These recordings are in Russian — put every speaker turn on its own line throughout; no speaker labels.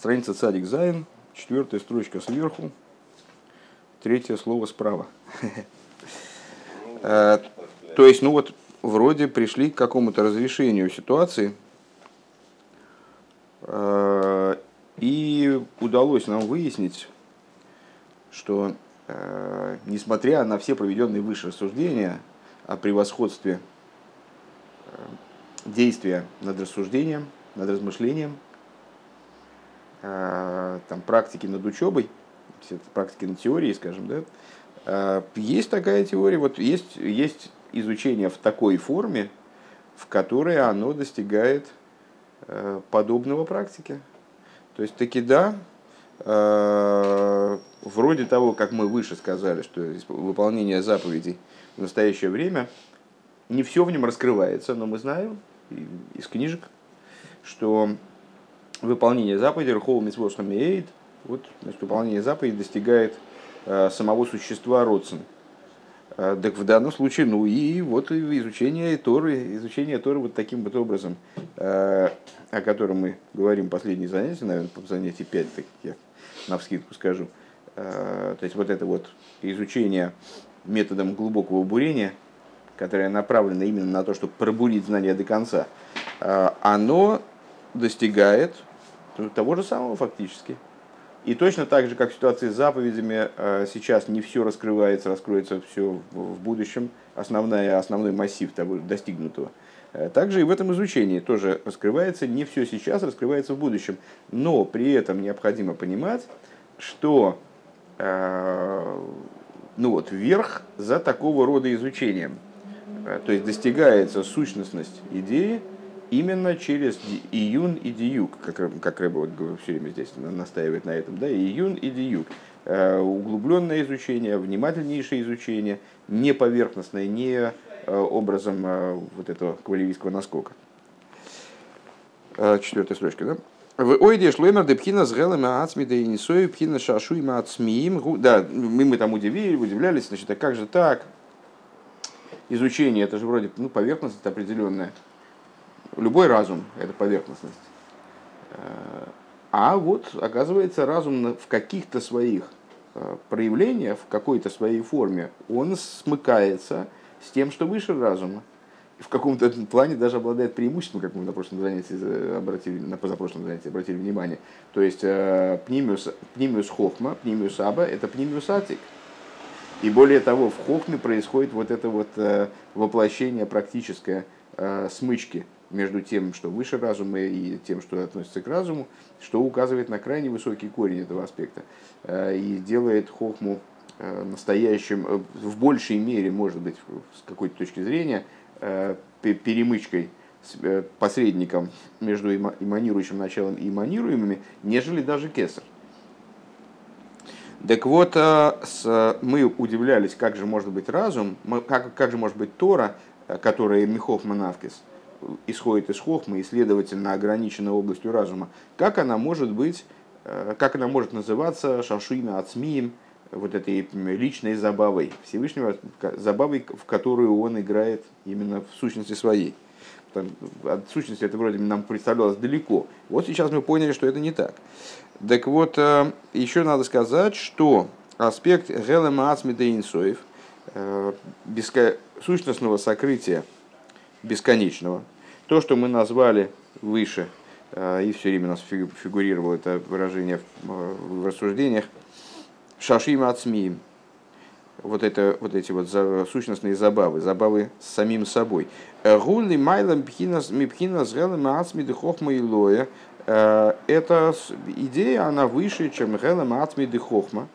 Страница Цадик Зайн, 4-я строчка сверху, 3-е слово справа. То есть, ну вот, вроде пришли к какому-то разрешению ситуации, и удалось нам выяснить, что, несмотря на все проведенные выше рассуждения о превосходстве действия над рассуждением, над размышлением, там, практики над учебой, практики над теорией, скажем, да, есть такая теория, вот есть изучение в такой форме, в которой оно достигает подобного практике. То есть таки да, вроде того, как мы выше сказали, что выполнение заповедей в настоящее время, не все в нем раскрывается, но мы знаем из книжек, что выполнение заповедей, рхол мицвот хамеэйд, вот, значит, выполнение заповедей достигает самого существа родствен. Так в данном случае, ну и вот изучение Торы вот таким вот образом, о котором мы говорим последние занятия, наверное, занятие 5, так я навскидку скажу. То есть вот это вот изучение методом глубокого бурения, которое направлено именно на то, чтобы пробурить знания до конца, оно достигает того же самого фактически. И точно так же, как в ситуации с заповедями, сейчас не все раскрывается, раскроется все в будущем, основной массив того достигнутого. Также и в этом изучении тоже раскрывается, не все сейчас, раскрывается в будущем. Но при этом необходимо понимать, что ну вот, верх за такого рода изучением. То есть достигается сущностность идеи именно через июн и диюк, как Рэбе вот все время здесь настаивает на этом, да, июн и диюк. Углубленное изучение, внимательнейшее изучение, не поверхностное, не образом вот этого кавалерийского наскока. 4-я строчка, да? В ойде шлоймер де пхина с гелем ацми де инсой пхина шашу им ацмиим. Да, мы там удивлялись, значит, а как же так? Изучение, это же вроде поверхностность определенная. Любой разум – это поверхностность. А вот, оказывается, разум в каких-то своих проявлениях, в какой-то своей форме, он смыкается с тем, что выше разума. В каком-то плане даже обладает преимуществом, как мы на позапрошлом занятии обратили внимание. То есть пнимиус хохма, пнимиус аба – это пнимиус атик. И более того, в хохме происходит вот это вот воплощение практическое смычки между тем, что выше разума, и тем, что относится к разуму, что указывает на крайне высокий корень этого аспекта и делает хохму настоящим, в большей мере, может быть, с какой-то точки зрения, перемычкой, посредником между эманирующим началом и эманируемыми, нежели даже кесар. Так вот, мы удивлялись, как же может быть разум, как же может быть Тора, которая михохма навкис, исходит из хохмы и, следовательно, ограничена областью разума, как она может называться шашуима ацмием, вот этой личной забавой Всевышнего, забавой, в которую он играет именно в сущности своей. От сущности это вроде нам представлялось далеко. Вот сейчас мы поняли, что это не так. Так вот, еще надо сказать, что аспект гелема ацми де инсоев, сущностного сокрытия бесконечного, то, что мы назвали выше, и все время у нас фигурировало это выражение в рассуждениях, шашим ацмиим, вот эти вот сущностные забавы с самим собой. Гули майлам мипхинас гелем ацми де хохма илоя. Эта идея, она выше, чем гелем ацми де хохма.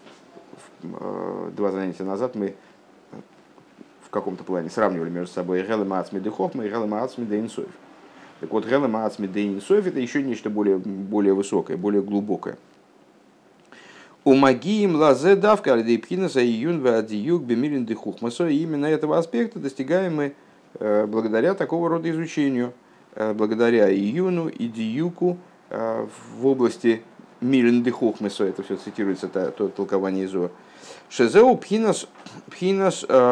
2 занятия назад мы в каком-то плане сравнивали между собой гелем ацми де хохма и гелем ацми де инсоев. Так вот, гелем ацми де инсоев — это еще нечто более высокое, более глубокое. У магиим лазе давка альдейпхинаса июн вадиюк бемирин де хухмасо. И именно этого аспекта достигаем мы благодаря такого рода изучению, благодаря июну и диюку в области мирин де хухмасо. Это все цитируется, то толкование Зоар. Шезеу пхинас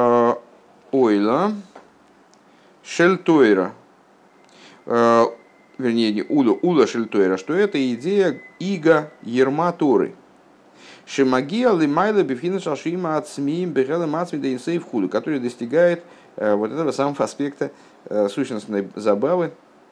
ойла шель тойра. вернее, не ула шельтойра, что это идея иго ерма Торы. Шемагия лимайла бифхина шашима ацмиим бегела мацми да инсейв худу, который достигает вот этого самого аспекта сущностной забавы,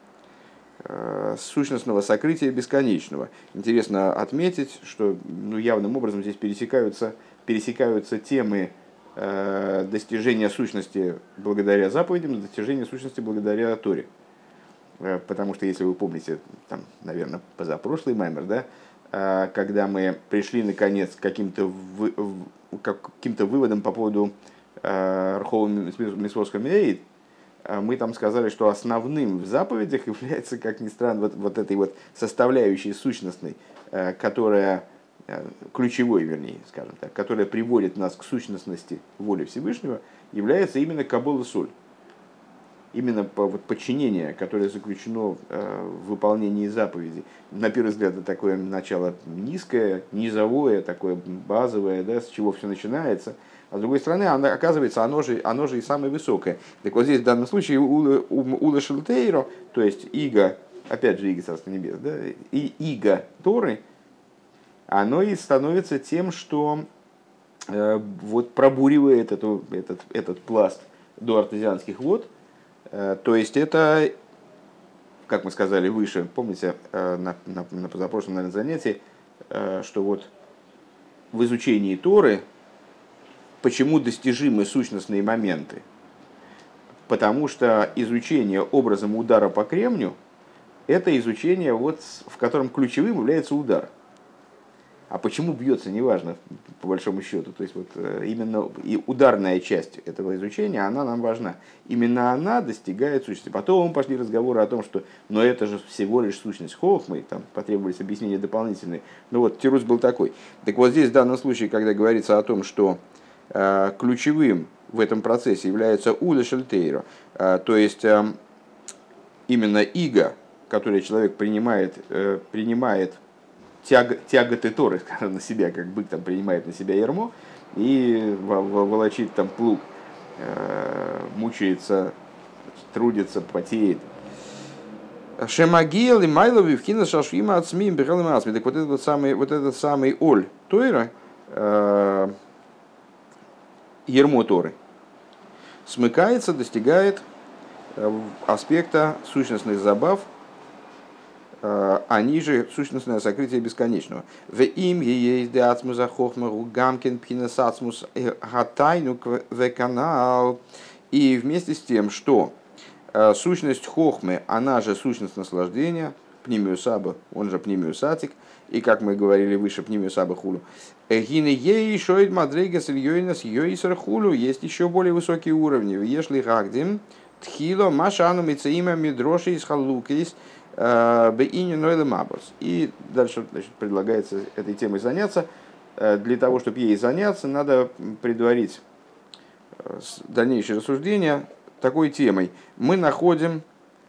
сущностного сокрытия бесконечного. Интересно отметить, что явным образом здесь пересекаются темы достижения сущности благодаря заповедям, достижения сущности благодаря Торе. Потому что, если вы помните, там, наверное, позапрошлый маймер, да, когда мы пришли, наконец, к каким-то выводам по поводу Рхова Мисвоска Меид, мы там сказали, что основным в заповедях является, как ни странно, вот этой вот составляющей сущностной, которая, ключевой, вернее, скажем так, которая приводит нас к сущностности воли Всевышнего, является именно Кабола Соль. Именно подчинение, которое заключено в выполнении заповедей. На первый взгляд, это такое начало низкое, низовое, такое базовое, да, с чего все начинается. А с другой стороны, оказывается, оно же и самое высокое. Так вот здесь в данном случае ула шелтейро, то есть иго, опять же иго Царства Небес, да, и иго Торы, оно и становится тем, что вот пробуривает этот пласт до артезианских вод. То есть это, как мы сказали выше, помните, на позапрошлом, наверное, занятии, что вот в изучении Торы почему достижимы сущностные моменты? Потому что изучение образом удара по кремню – это изучение, вот, в котором ключевым является удар. А почему бьется, неважно, по большому счету. То есть вот именно и ударная часть этого изучения, она нам важна. Именно она достигает сущности. Потом пошли разговоры о том, что но это же всего лишь сущность хохмы, там потребовались объяснения дополнительные. Ну вот, тирус был такой. Так вот здесь в данном случае, когда говорится о том, что ключевым в этом процессе является ула шельтейро, то есть именно иго, которое человек принимает тяготы Торы, скажем, на себя, как бык там принимает на себя ярмо и волочит там плуг, мучается, трудится, потеет. Шемагил и Майлови в кино шашвима от СМИ бегал масми. Так вот этот самый оль Тойра, ярмо Торы, смыкается, достигает аспекта сущностных забав, они же сущностное сокрытие бесконечного. В им есть деацмус ахохмару гамкин пхинасацмус гатайну в канал. И вместе с тем, что сущность хохмы, она же сущность наслаждения, пнимиусаба, он же пнимиусатик, и как мы говорили выше, пнимиусаба хулу. Гины ей шоид мадрейгас ильёйнас йойсер хулу, есть еще более высокие уровни. Если гагдим тхило машану мицеима мидроши из халукис. И дальше, значит, предлагается этой темой заняться. Для того, чтобы ей заняться, надо предварить дальнейшее рассуждение такой темой. Мы находим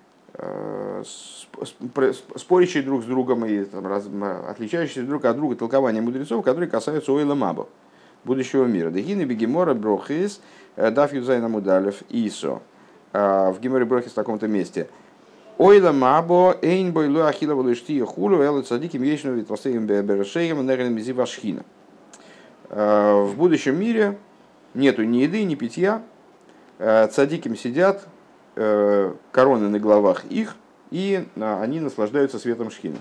спорящие друг с другом и отличающиеся друг от друга толкования мудрецов, которые касаются Ойла Мабо, будущего мира. Дегины бегемора брохис даф юзайна мудалев исо. В Геморе брохис в таком-то месте. Ойла мабо эйн бойлу ахила волыштия хулу элы цадиким ейшну витвасеем берешеем нерем зивашхина. В будущем мире нету ни еды, ни питья. Цадиким сидят, короны на головах их, и они наслаждаются светом шхина.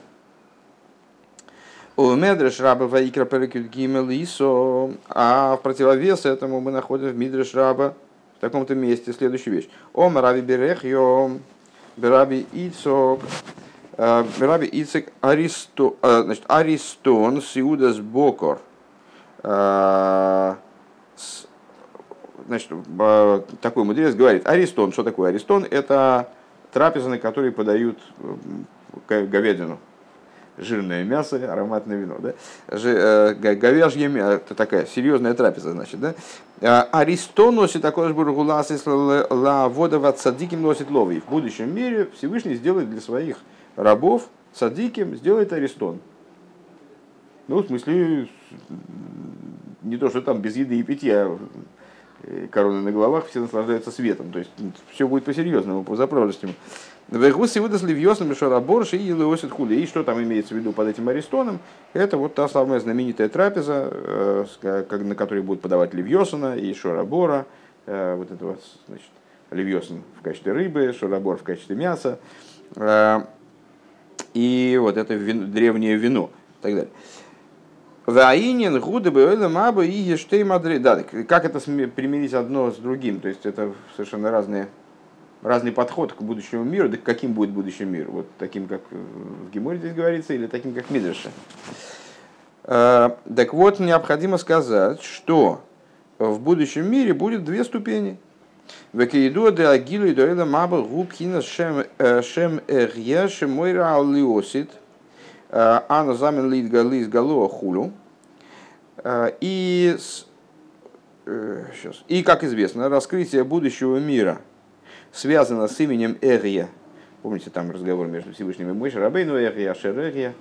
А в противовес этому мы находим в Мидреш Раба в таком-то месте следующую вещь. Ом раби берех йом Раби Ицек Аристон Сиудас Бокор. Значит, такой мудрец говорит, Аристон, что такое Аристон? Это трапеза, на которой подают говядину, жирное мясо, ароматное вино. Да? Говяжье мясо, это такая серьезная трапеза, значит. Да? Аристон носит такой же бургулас, если ла водова цадиким носит ловый. В будущем мире Всевышний сделает для своих рабов цадиким, сделает Аристон. Ну, в смысле, не то, что там без еды и питья, короны на головах, все наслаждаются светом. То есть все будет по-серьезному, по-заправочному. Вегус Иуда с Ливьосом и Шараборш и Елеосит Хули. И что там имеется в виду под этим аристоном? Это вот та самая знаменитая трапеза, на которой будут подавать Ливьосона и Шарабора. Вот это вот, значит, Ливьосон в качестве рыбы, Шарабор в качестве мяса. И вот это древнее вино и так далее. Ваинин, гуды, бэвэла, маба и ештей мадри. Да, как это примирить одно с другим? То есть это совершенно разный подход к будущему миру. Да каким будет будущий мир? Вот таким, как в Геморе здесь говорится, или таким, как в Мидраше? Так вот, необходимо сказать, что в будущем мире будет две ступени. Векиеду де агилу и доэла маба губхина шем эрья шемойра алиосит. Ано замен лид галис галуа хулю. И, как известно, раскрытие будущего мира связано с именем Эрия. Помните, там разговор между Всевышним и Моше Рабейну, Эрия, Ашер Эрия.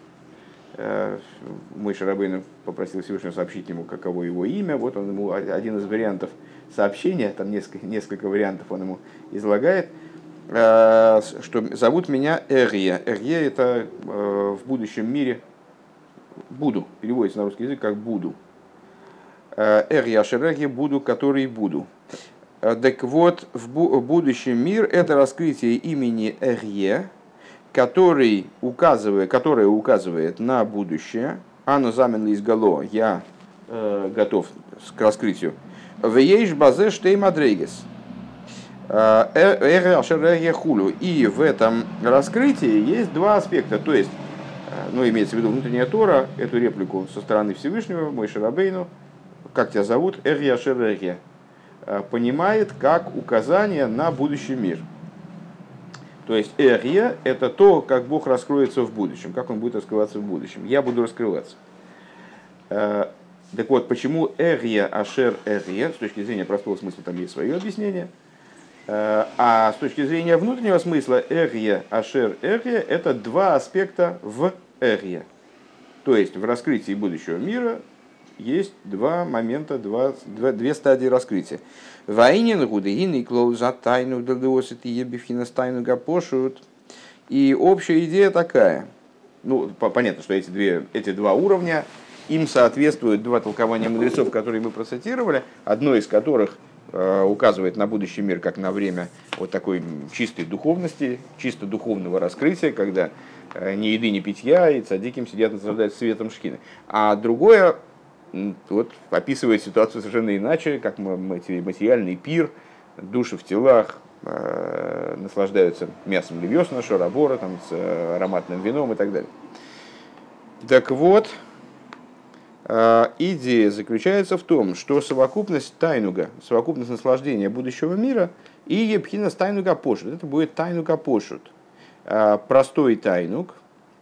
Моше Рабейну попросил Всевышнего сообщить ему, каково его имя. Вот он ему один из вариантов сообщения, там несколько вариантов он ему излагает, что зовут меня Эрия. Эрия — это в будущем мире буду, переводится на русский язык как буду. Эрия Ашер Эрия, буду, который буду. Так вот, в будущем мир — это раскрытие имени Эрье, которое указывает на будущее. Ано замен из гало, я готов к раскрытию. Вееш базе штей мадрейгес. Эрье Ашер Эрье хулю. И в этом раскрытии есть два аспекта. То есть, имеется в виду внутренняя Тора, эту реплику со стороны Всевышнего, Моше Рабейну, как тебя зовут, Эрье Ашер Эрье, понимает как указание на будущий мир. То есть Эрье — это то, как Бог раскроется в будущем, как Он будет раскрываться в будущем. Я буду раскрываться. Так вот, почему Эрье Ашер Эрье, с точки зрения простого смысла там есть свое объяснение, а с точки зрения внутреннего смысла Эрье Ашер Эрье — это два аспекта в Эрье. То есть в раскрытии будущего мира есть два момента, две стадии раскрытия. Ваинин гудегин и клоуза тайну дадосит и ебифхинас тайну гапошут. И общая идея такая. Понятно, что эти два уровня, им соответствуют два толкования мудрецов, которые мы процитировали, одно из которых указывает на будущий мир как на время вот такой чистой духовности, чисто духовного раскрытия, когда ни еды, ни питья, и цадиким сидят, наслаждаются светом шхины. А другое вот описывает ситуацию совершенно иначе, как материальный пир, души в телах наслаждаются мясом Левьосона, Шарабора, там, с ароматным вином и так далее. Так вот, идея заключается в том, что совокупность тайнуга, совокупность наслаждения будущего мира и епхинас тайнуга пошут. Это будет тайнуга пошут. Простой тайнуг.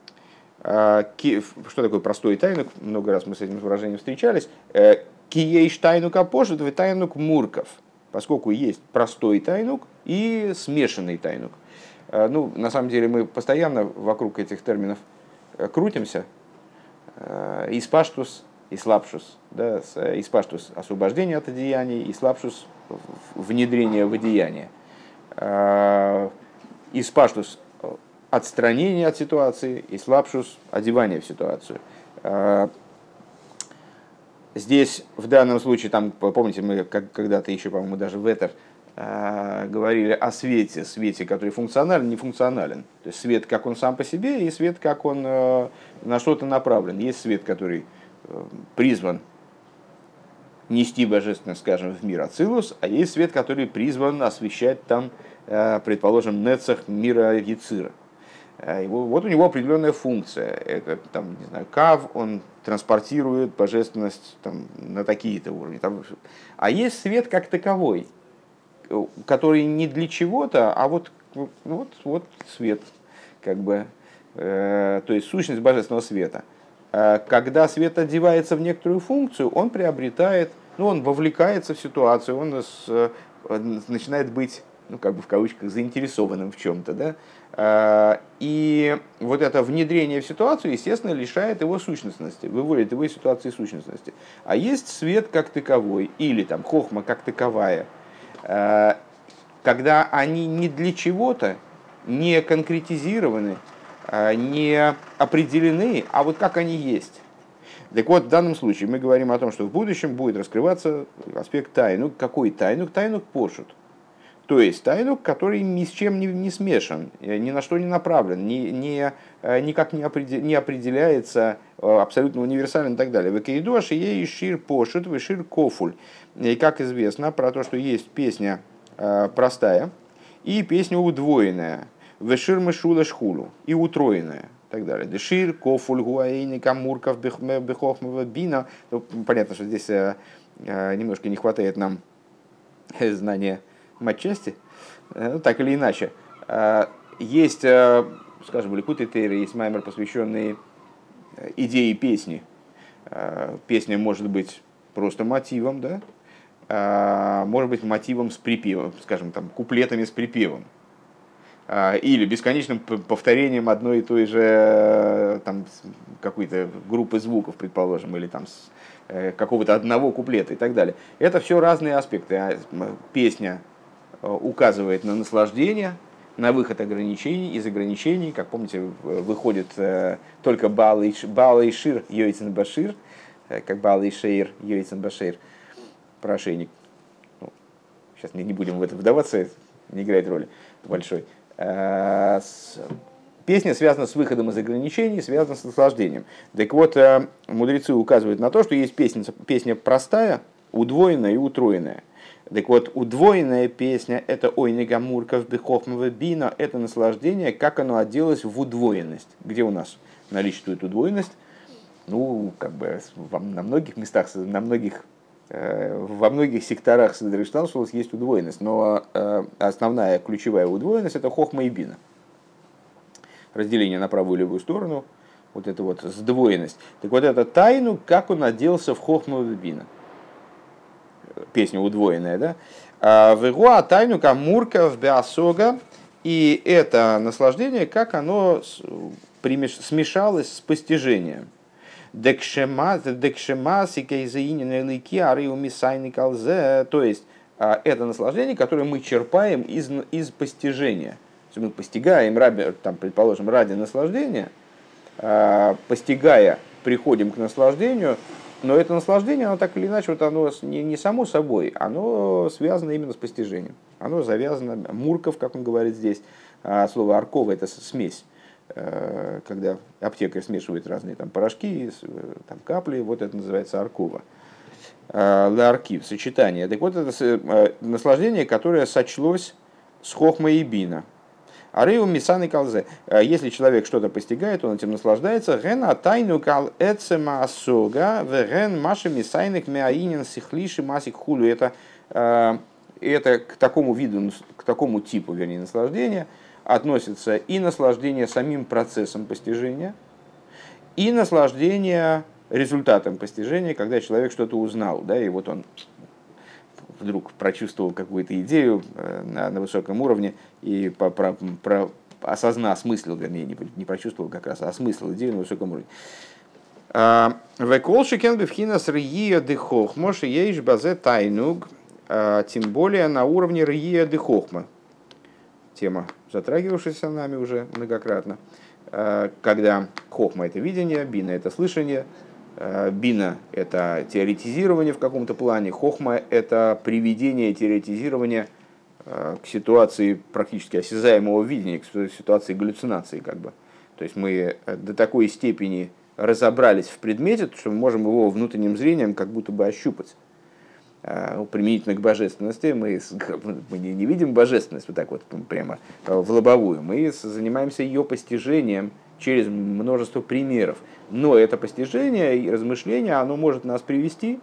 Что такое простой тайнук? Много раз мы с этим выражением встречались. Киейш тайнук апошут, вы тайнук мурков. Поскольку есть простой тайнук и смешанный тайнук. На самом деле мы постоянно вокруг этих терминов крутимся. Испаштус и слабшус. Да? Испаштус — освобождение от одеяний, и слабшус — внедрение в одеяние. Испаштус — отстранение от ситуации, и слабшус — одевание в ситуацию. Здесь, в данном случае, там, помните, мы когда-то еще, по-моему, даже в Этер говорили о свете, который функционален, нефункционален. То есть свет, как он сам по себе, и свет, как он на что-то направлен. Есть свет, который призван нести божественность, скажем, в мир Ацилус, а есть свет, который призван освещать там, предположим, нецах мира Яцира. Вот у него определенная функция. Это, там, не знаю, кав, он транспортирует божественность там, на такие-то уровни. А есть свет как таковой, который не для чего-то, а вот свет, как бы, то есть сущность божественного света. Когда свет одевается в некоторую функцию, он приобретает, он вовлекается в ситуацию, он начинает быть, как бы в кавычках, заинтересованным в чем-то, да? И вот это внедрение в ситуацию, естественно, лишает его сущностности, выводит его из ситуации сущностности. А есть свет как таковой, или там хохма как таковая, когда они не для чего-то, не конкретизированы, не определены, а вот как они есть. Так вот, в данном случае мы говорим о том, что в будущем будет раскрываться аспект тайну. Какой тайну? Тайну пошут. То есть тайну, который ни с чем не смешан, ни на что не направлен, никак не определяется, абсолютно универсален и так далее. Векаидуаш ей шир пошут, шир кофуль. И как известно про то, что есть песня простая и песня удвоенная. Вешир мышула шхулу и утроенная. И так далее. Дешир, кофуль, гуаэйни, камурков, бехохмова, бина. Ну, понятно, что здесь немножко не хватает нам знания матчасти, ну, так или иначе. Есть, скажем, в Ликут Тейре есть маймер, посвященный идее песни. Песня может быть просто мотивом, да? Может быть мотивом с припевом, скажем, там, куплетами с припевом. Или бесконечным повторением одной и той же там, какой-то группы звуков, предположим, или там, какого-то одного куплета и так далее. Это все разные аспекты. Песня указывает на наслаждение, на выход ограничений. Из ограничений, как помните, выходит только Баал и Шир Йойцен Башир, как Баал и Шейр Йойцен Башир, про ошейник. Ну, сейчас не будем в это вдаваться, не играет роли большой. Песня связана с выходом из ограничений, связана с наслаждением. Так вот, мудрецы указывают на то, что есть песня простая, удвоенная и утроенная. Так вот, удвоенная песня – это «Ой, негамурков бехохмова бина», это наслаждение, как оно оделось в удвоенность. Где у нас наличествует удвоенность? Ну, как бы на многих местах, во многих секторах Седришталшулос есть удвоенность, но основная ключевая удвоенность – это хохма и бина. Разделение на правую и левую сторону, вот это вот сдвоенность. Так вот, это тайну, как он оделся в хохма и бина. Песня удвоенная, да? Вегуа тайну камурка в беасога, и это наслаждение, как оно смешалось с постижением. То есть это наслаждение, которое мы черпаем из постижения. Мы постигаем, там, предположим, ради наслаждения, постигая, приходим к наслаждению, но это наслаждение, оно так или иначе, вот оно не само собой, оно связано именно с постижением. Оно завязано, мурков, как он говорит здесь, слово аркова – это смесь. Когда аптекарь смешивает разные там порошки, там капли, вот это называется аркова. Ларкив, сочетание. Так вот, это наслаждение, которое сочлось с хохмой и бина. Арею мисан и калзе. Если человек что-то постигает, он этим наслаждается. Гена тайну кал эцема асога, веген маши мисайник меаинин сихлиши масик хулю. Это к такому виду, к такому типу, вернее, наслаждения относится и наслаждение самим процессом постижения, и наслаждение результатом постижения, когда человек что-то узнал, да, и вот он вдруг прочувствовал какую-то идею на высоком уровне и осознал, вернее, не прочувствовал как раз, а осмыслил идею на высоком уровне. Веколшикен бифхинас рия дехохмо шееш базе тайнуг, тем более на уровне рия дехохма. Тема, затрагивавшаяся нами уже многократно, когда хохма – это видение, бина – это слышание, бина – это теоретизирование в каком-то плане, хохма – это приведение теоретизирования к ситуации практически осязаемого видения, к ситуации галлюцинации. Как бы. То есть мы до такой степени разобрались в предмете, что мы можем его внутренним зрением как будто бы ощупать. Применительно к божественности, мы не видим божественность вот так вот прямо в лобовую, мы занимаемся ее постижением через множество примеров. Но это постижение и размышление, оно может нас привести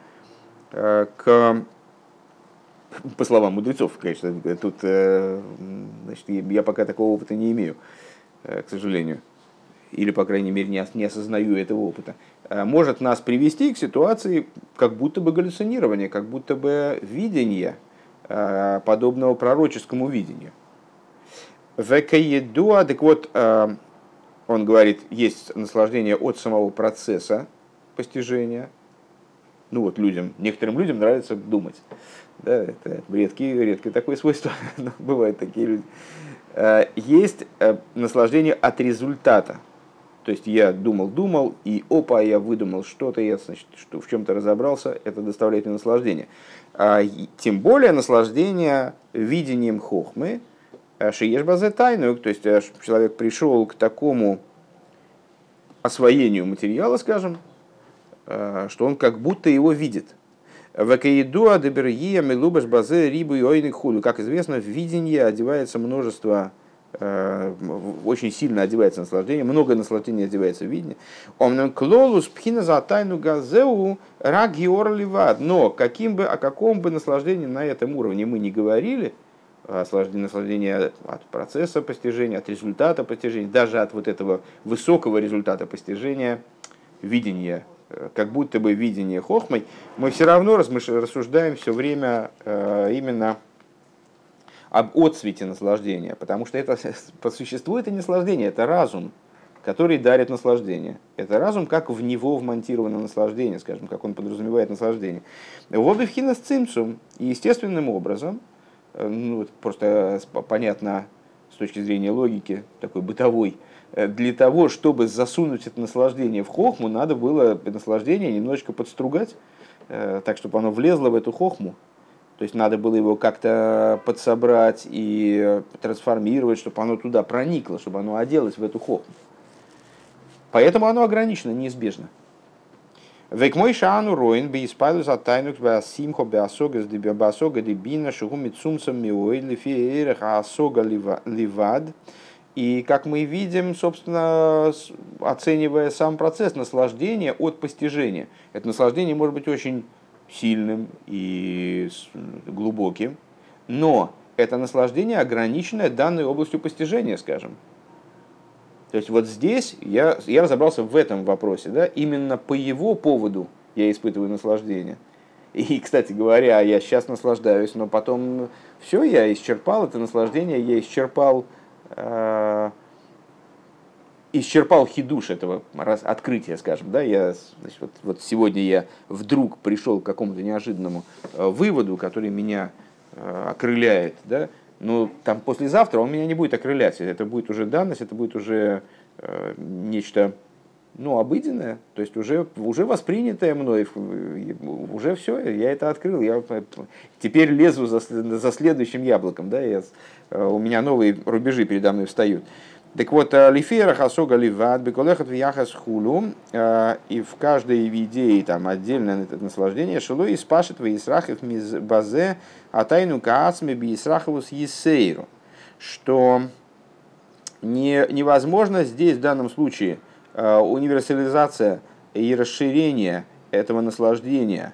к, по словам мудрецов, конечно, тут значит, я пока такого опыта не имею, к сожалению, или, по крайней мере, не осознаю этого опыта, может нас привести к ситуации как будто бы галлюцинирования, как будто бы видения, подобного пророческому видению. Векаедуа, так вот, он говорит, есть наслаждение от самого процесса постижения. Ну вот некоторым людям нравится думать. Да, это редкое такое свойство, но бывают такие люди. Есть наслаждение от результата. То есть я думал, и опа, я выдумал что-то, я, значит, что в чем-то разобрался, это доставляет мне наслаждение. Тем более наслаждение видением хохмы, шиеш базе тайну, то есть человек пришел к такому освоению материала, скажем, что он как будто его видит. Вакаидуа дебергия мелубаш базе рибу и ойны худу. Как известно, в видении одевается множество, очень сильно одевается наслаждение, много наслаждения одевается в видение. Омнем клолус пхина за тайну газеу рагиор ливад. Но о каком бы наслаждении на этом уровне мы не говорили, наслаждение от процесса постижения, от результата постижения, даже от вот этого высокого результата постижения, видения, как будто бы видение хохмой, мы все равно рассуждаем все время именно об отцвете наслаждения, потому что это по существу это не наслаждение, это разум, который дарит наслаждение. Это разум, как в него вмонтировано наслаждение, скажем, как он подразумевает наслаждение. Вобивхина с цимцум, и естественным образом, ну, просто понятно с точки зрения логики, такой бытовой, для того, чтобы засунуть это наслаждение в хохму, надо было наслаждение немножечко подстругать, так, чтобы оно влезло в эту хохму. То есть надо было его как-то подсобрать и трансформировать, чтобы оно туда проникло, чтобы оно оделось в эту хохму. Поэтому оно ограничено, неизбежно. Век мой шану роин би испайлу за тайнук симхо беасога с дебиасога дебина шугуми цумцам миоидли фиерах асога ливад. И как мы видим, собственно, оценивая сам процесс наслаждения от постижения. Это наслаждение может быть очень сильным и глубоким, но это наслаждение ограниченное данной областью постижения, скажем. То есть вот здесь я разобрался в этом вопросе, да? Именно по его поводу я испытываю наслаждение. И, кстати говоря, я сейчас наслаждаюсь, но потом все, я исчерпал это наслаждение, я исчерпал хидуш этого открытия, скажем, да, значит, вот сегодня я вдруг пришел к какому-то неожиданному выводу, который меня окрыляет, да, но там послезавтра он меня не будет окрылять, это будет уже данность, это будет уже нечто, ну, обыденное, то есть уже воспринятое мной, уже все, я это открыл, я теперь лезу за следующим яблоком, да, у меня новые рубежи передо мной встают. Так вот, лифера хасога ливад, беколехат вияхас хулу, и в каждой идее там отдельное это наслаждение, шело и спашет в Исрахов миз базе, а тайну каацме би Исраховус есейру, что невозможно здесь в данном случае универсализация и расширение этого наслаждения,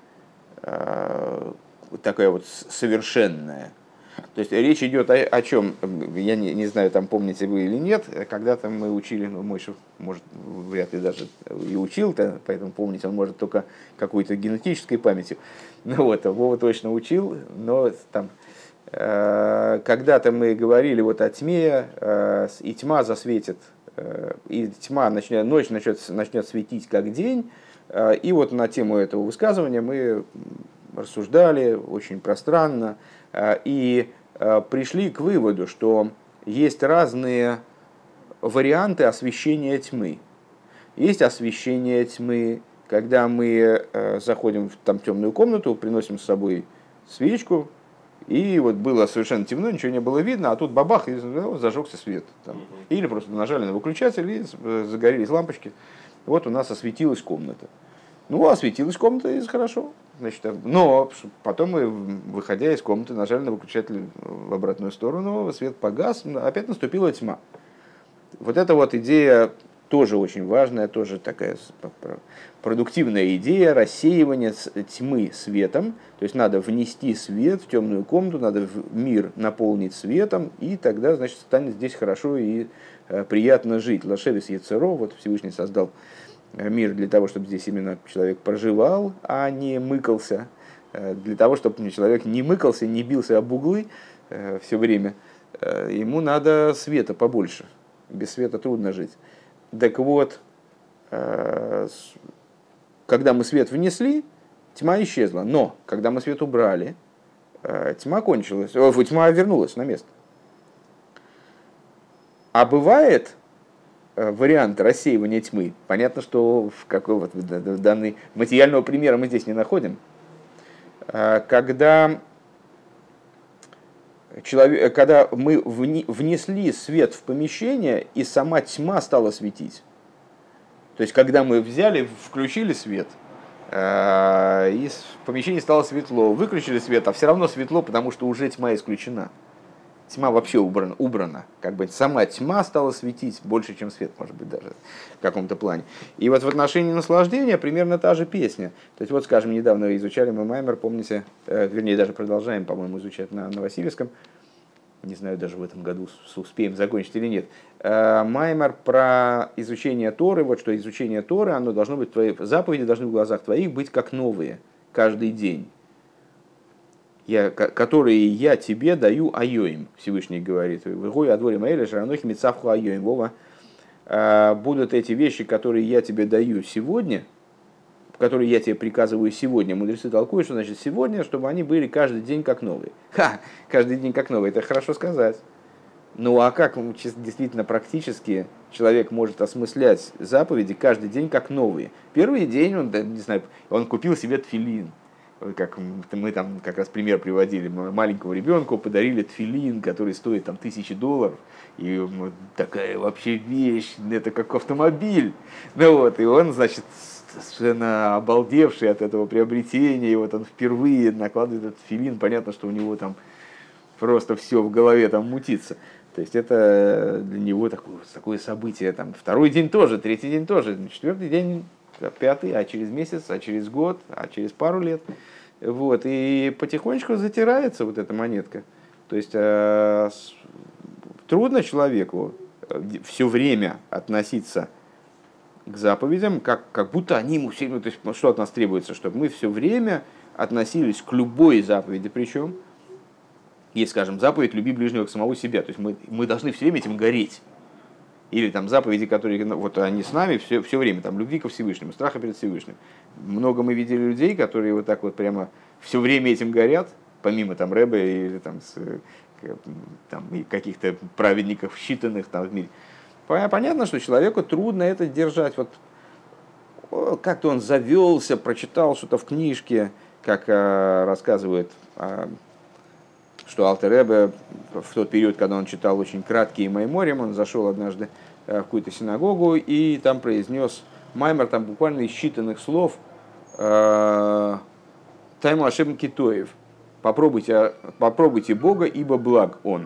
такое вот совершенное. То есть речь идет о чем, я не знаю, там помните вы или нет, когда-то мы учили, ну, Мойша, может, вряд ли даже и учил, поэтому помнить он может только какой-то генетической памятью. Ну вот, Вова точно учил, но там когда-то мы говорили вот о тьме, и тьма засветит, и тьма ночь начнет светить как день, и вот на тему этого высказывания мы рассуждали очень пространно, и пришли к выводу, что есть разные варианты освещения тьмы. Есть освещение тьмы, когда мы заходим в там темную комнату, приносим с собой свечку, и вот было совершенно темно, ничего не было видно, а тут бабах, и зажегся свет. Там. Или просто нажали на выключатель, и загорелись лампочки. Вот у нас осветилась комната. Ну, осветилась комната, и хорошо. Значит, но потом мы, выходя из комнаты, нажали на выключатель в обратную сторону, свет погас, опять наступила тьма. Вот эта вот идея тоже очень важная, тоже такая продуктивная идея рассеивания тьмы светом. То есть надо внести свет в темную комнату, надо мир наполнить светом, и тогда, значит, станет здесь хорошо и приятно жить. Лашевис Ецеро, вот Всевышний создал мир для того, чтобы здесь именно человек проживал, а не мыкался. Для того, чтобы человек не мыкался, не бился об углы все время, ему надо света побольше. Без света трудно жить. Так вот, когда мы свет внесли, тьма исчезла. Но, когда мы свет убрали, тьма кончилась, тьма вернулась на место. А бывает вариант рассеивания тьмы. Понятно, что в какой вот данный материального примера мы здесь не находим. Когда когда мы внесли свет в помещение, и сама тьма стала светить. То есть, когда мы взяли, включили свет, и в помещении стало светло, выключили свет, а все равно светло, потому что уже тьма исключена. Тьма вообще убрана. Как бы сама тьма стала светить больше, чем свет, может быть, даже в каком-то плане. И вот в отношении наслаждения примерно та же песня. То есть, вот, скажем, недавно изучали мы Маймер, помните, вернее, даже продолжаем, по-моему, изучать на Васильевском. Не знаю, даже в этом году успеем закончить или нет. Маймер про изучение Торы, вот что изучение Торы, оно должно быть, твои заповеди должны в глазах твоих быть как новые, каждый день. Которые я тебе даю айоим, Всевышний говорит. Вова, будут эти вещи, которые я тебе даю сегодня, которые я тебе приказываю сегодня. Мудрецы толкуют, что значит сегодня, чтобы они были каждый день как новые. Каждый день как новые, это хорошо сказать. Ну а как действительно практически человек может осмыслять заповеди каждый день как новые? Первый день он, не знаю, он купил себе тфилин. Как мы там как раз пример приводили, маленькому ребенку подарили тфилин, который стоит там $1000, и такая вообще вещь, это как автомобиль. Ну вот, и он, значит, совершенно обалдевший от этого приобретения, и вот он впервые накладывает этот тфилин, понятно, что у него там просто все в голове там мутится. То есть это для него такое событие. Там, второй день тоже, третий день тоже, четвертый день, пятый, а через месяц, а через год, а через пару лет. Вот, и потихонечку затирается вот эта монетка. То есть трудно человеку все время относиться к заповедям, как будто они ему все... То есть что от нас требуется? Чтобы мы все время относились к любой заповеди. Причем, есть, скажем, заповедь «люби ближнего к самого себя». То есть мы должны все время этим гореть. Или там заповеди, которые вот они с нами все время, там, любви ко Всевышнему, страха перед Всевышним. Много мы видели людей, которые вот так вот прямо все время этим горят, помимо там Рэбе или там, там каких-то праведников считанных там в мире. Понятно, что человеку трудно это держать. Вот как-то он завелся, прочитал что-то в книжке, как рассказывает, что Алтер Ребе в тот период, когда он читал очень краткие майморим, он зашел однажды в какую-то синагогу и там произнес маймор, там буквально из считанных слов Тайму Ашем Китоев. Попробуйте Бога, ибо благ Он.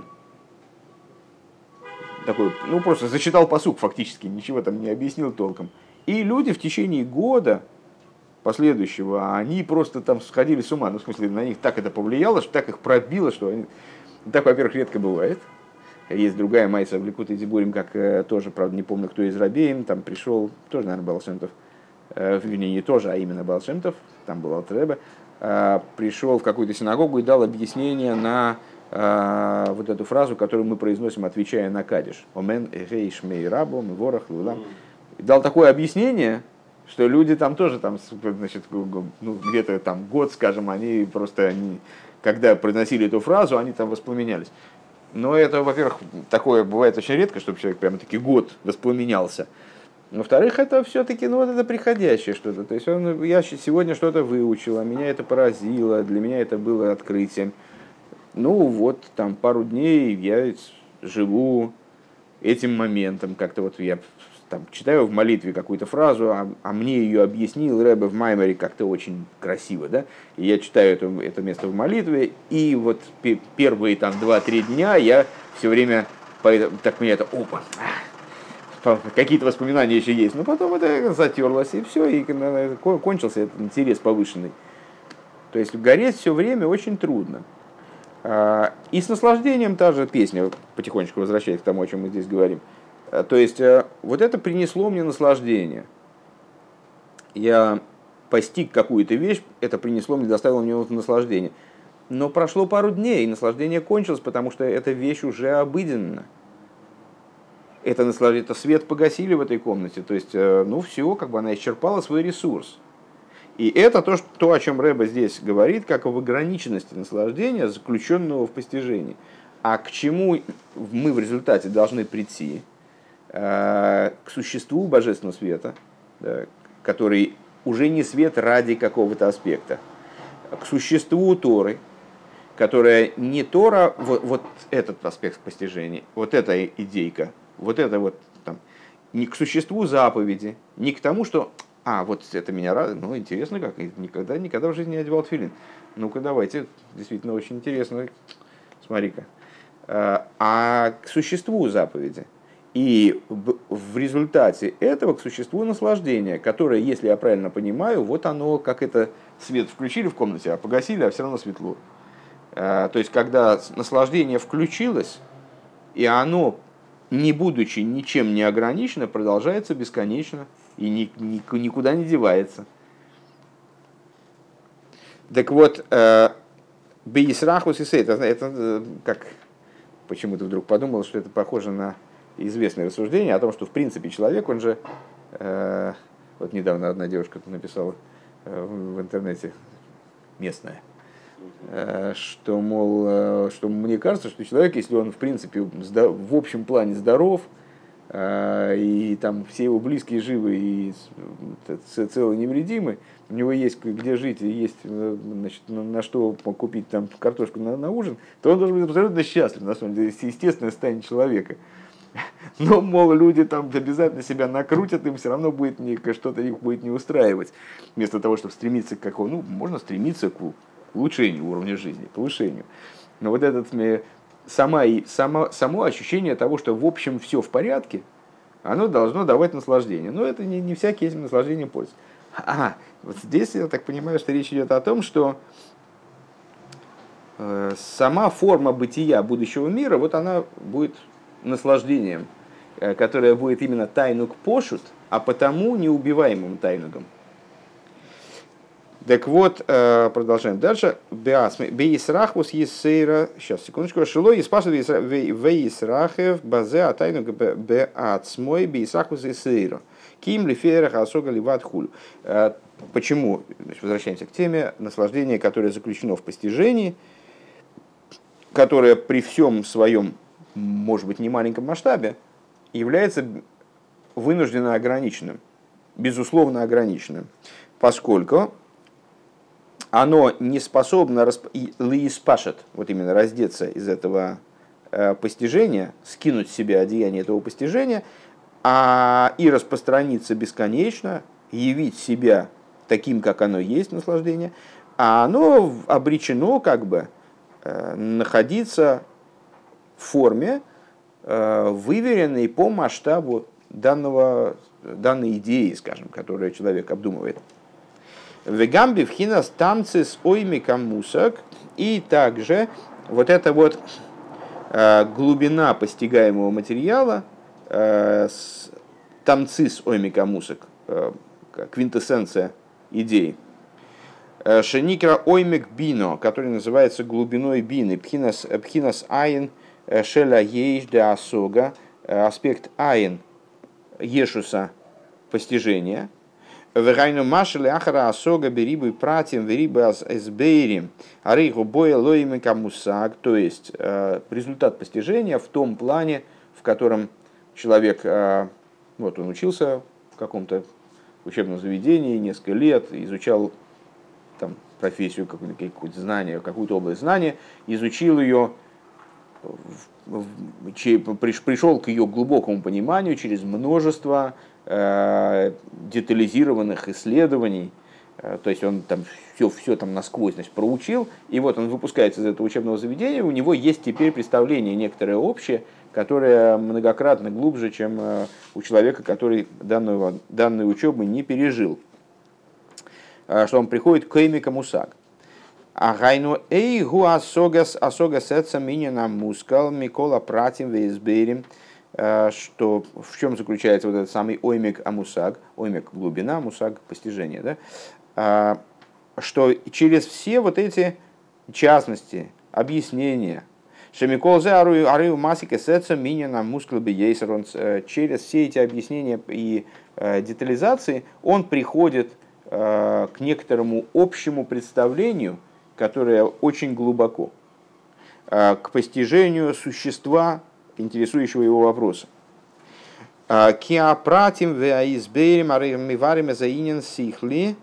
Такой, ну просто зачитал пасук фактически, ничего там не объяснил толком. И люди в течение года последующего, они просто там сходили с ума. Ну, в смысле, на них так это повлияло, что так их пробило, что они... Так, во-первых, редко бывает. Есть другая майса в Ликут и Дибурим, как тоже, правда, не помню, кто из рабеем, там пришел, тоже, наверное, Баал Шем Тов, вернее, не тоже, а именно Баал Шем Тов, там был Алтер Ребе, пришел в какую-то синагогу и дал объяснение на вот эту фразу, которую мы произносим, отвечая на Кадиш. «Омен эгей шмей рабо, меворах лулам». Дал такое объяснение, что люди там тоже, там, значит, ну, где-то там год, скажем, они просто, когда произносили эту фразу, они там воспламенялись. Но это, во-первых, такое бывает очень редко, чтобы человек прямо-таки год воспламенялся. Во-вторых, это все-таки, ну, вот это приходящее что-то. То есть я сегодня что-то выучил, а меня это поразило, для меня это было открытием. Ну вот, там пару дней я живу этим моментом, как-то вот я там читаю в молитве какую-то фразу, а мне ее объяснил Ребе в Маймере как-то очень красиво, да, и я читаю это место в молитве, и вот первые там 2-3 дня я все время, так мне это, опа, какие-то воспоминания еще есть, но потом это затерлось, и все, и кончился этот интерес повышенный. То есть гореть все время очень трудно. И с наслаждением та же песня, потихонечку возвращаясь к тому, о чем мы здесь говорим. То есть вот это принесло мне наслаждение. Я постиг какую-то вещь, это принесло мне, доставило мне наслаждение. Но прошло пару дней, и наслаждение кончилось, потому что эта вещь уже обыденна. Это свет погасили в этой комнате. То есть, ну все, как бы она исчерпала свой ресурс. И это то, о чем Ребе здесь говорит, как об ограниченности наслаждения, заключенного в постижении. А к чему мы в результате должны прийти? К существу божественного света, да, который уже не свет ради какого-то аспекта, к существу Торы, которая не Тора, вот этот аспект постижения, вот эта идейка, вот это вот там, не к существу заповеди, не к тому, что, вот это меня радует, ну интересно как, никогда в жизни не одевал тфилин. Ну-ка давайте, действительно очень интересно, смотри-ка. А к существу заповеди. И в результате этого к существу наслаждения, которое, если я правильно понимаю, вот оно, как это свет включили в комнате, а погасили, а все равно светло. То есть, когда наслаждение включилось, и оно, не будучи ничем не ограничено, продолжается бесконечно и никуда не девается. Так вот, Бейсрахус и Сейт, это как почему-то вдруг подумал, что это похоже на известное рассуждение о том, что в принципе человек, он же, вот недавно одна девушка написала в интернете, местная, что, мол, что мне кажется, что человек, если он в принципе в общем плане здоров, и там все его близкие живы и целы невредимы, у него есть где жить и есть, значит, на что купить там картошку на ужин, то он должен быть абсолютно счастлив, на самом деле, естественное состояние человека. Но, мол, люди там обязательно себя накрутят, им все равно будет что-то их будет не устраивать. Вместо того, чтобы стремиться к какому, можно стремиться к улучшению уровня жизни, повышению. Но вот этот само ощущение того, что в общем все в порядке, оно должно давать наслаждение. Но это не всякий этим наслаждением пользуется. Вот здесь, я так понимаю, что речь идет о том, что сама форма бытия будущего мира, вот она будет наслаждением, которое будет именно тайнук пошут, а потому неубиваемым тайнугом. Так вот, продолжаем дальше. Бейсрахус есейра. Сейчас, секундочку. Шило еспасу вейсрахев базе атайнуг беацмой бейсрахус есейра. Ким лиферах асога ливат хулю. Почему? Возвращаемся к теме наслаждения, которое заключено в постижении, которое при всем своем, может быть, не маленьком масштабе, является вынужденно ограниченным, безусловно ограниченным, поскольку оно не способно лииспашет, вот именно раздеться из этого постижения, скинуть с себя одеяние этого постижения, и распространиться бесконечно, явить себя таким, как оно есть, наслаждение, а оно обречено как бы находиться в форме, выверенной по масштабу данной идеи, скажем, которую человек обдумывает. Вегамби вхинас тамцис оймикам мусак, и также вот эта вот глубина постигаемого материала, тамцис оймикам мусак, квинтэссенция идеи, шеникра оймик бино, который называется глубиной бины, пхинас айн шеля ейш де асога, аспект айн ешуса постижения. Вегайну машели ахара асога берибы пратим верибы эсбейрим арейху боя лоимика мусак, то есть результат постижения в том плане, в котором человек, вот он учился в каком-то учебном заведении несколько лет, изучал там профессию, какое-то знание, какую-то область знания, изучил ее, пришел к ее глубокому пониманию через множество детализированных исследований, то есть он там все там насквозь, значит, проучил, и вот он выпускается из этого учебного заведения, у него есть теперь представление некоторое общее, которое многократно глубже, чем у человека, который данной учебы не пережил, что он приходит к эймика мусак. Агайну эйгу асогас эца минина мускал микола пратим вейсберим. Что в чем заключается вот этот самый оймик амусаг, оймик глубина, мусаг постижение, да? Что через все вот эти частности, объяснения, шемиколзе арию масика сеца минина мускул бейсер, через все эти объяснения и детализации он приходит к некоторому общему представлению, которое очень глубоко. к постижению существа интересующего его вопроса. Киапратим веаизберим арымиварим заинен сихли,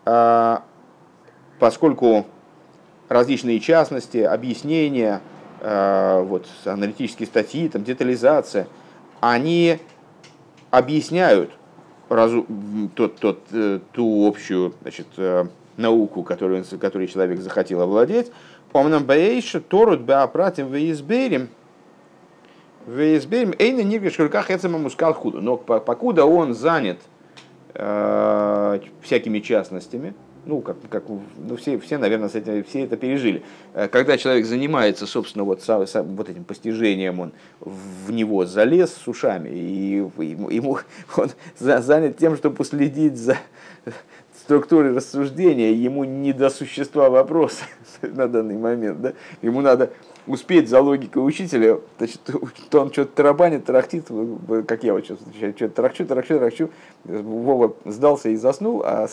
поскольку различные частности, объяснения, вот, аналитические статьи, там, детализация, они объясняют ту общую, значит, науку, которой человек захотел овладеть. Омнам баэйша торут беапратим веизберим эйна ниргаш руках эцема мускал худу. Но покуда он занят всякими частностями, ну, все, наверное, все это пережили. Когда человек занимается, собственно, вот этим постижением, он в него залез с ушами, и он занят тем, чтобы последить за структурой рассуждения, ему не до существа вопроса на данный момент. Да? Ему надо успеть за логикой учителя, значит, то он что-то тарабанит, тарахтит, как я вот сейчас отвечаю, что-то тарахчу, Вова сдался и заснул, а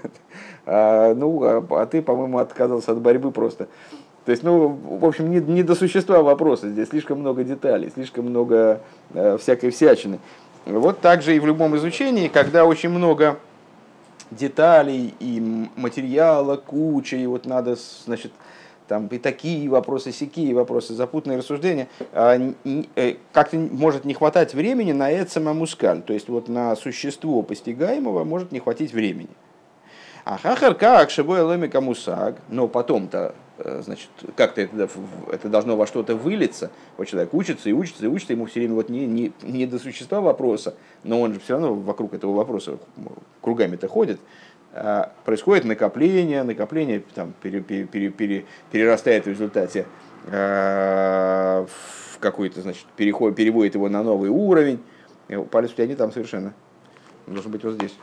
ты, по-моему, отказался от борьбы просто. То есть, в общем, не до существа вопроса, здесь слишком много деталей, слишком много всякой всячины. Вот так же и в любом изучении, когда очень много деталей и материала, куча, и вот надо, значит, там и такие вопросы, сякие вопросы, запутанные рассуждения, как-то может не хватать времени на эцема мускаль, то есть вот на существо постигаемого может не хватить времени. А хахар как шибой ломика мусаг, но потом-то, значит, как-то это должно во что-то вылиться. Вот человек учится и учится и учится, ему все время вот не до существа вопроса, но он же все равно вокруг этого вопроса кругами-то ходит. Происходит накопление там, перерастает в результате в какой-то, значит, переводит его на новый уровень. Палец у тебя не там совершенно. Он должен быть вот здесь.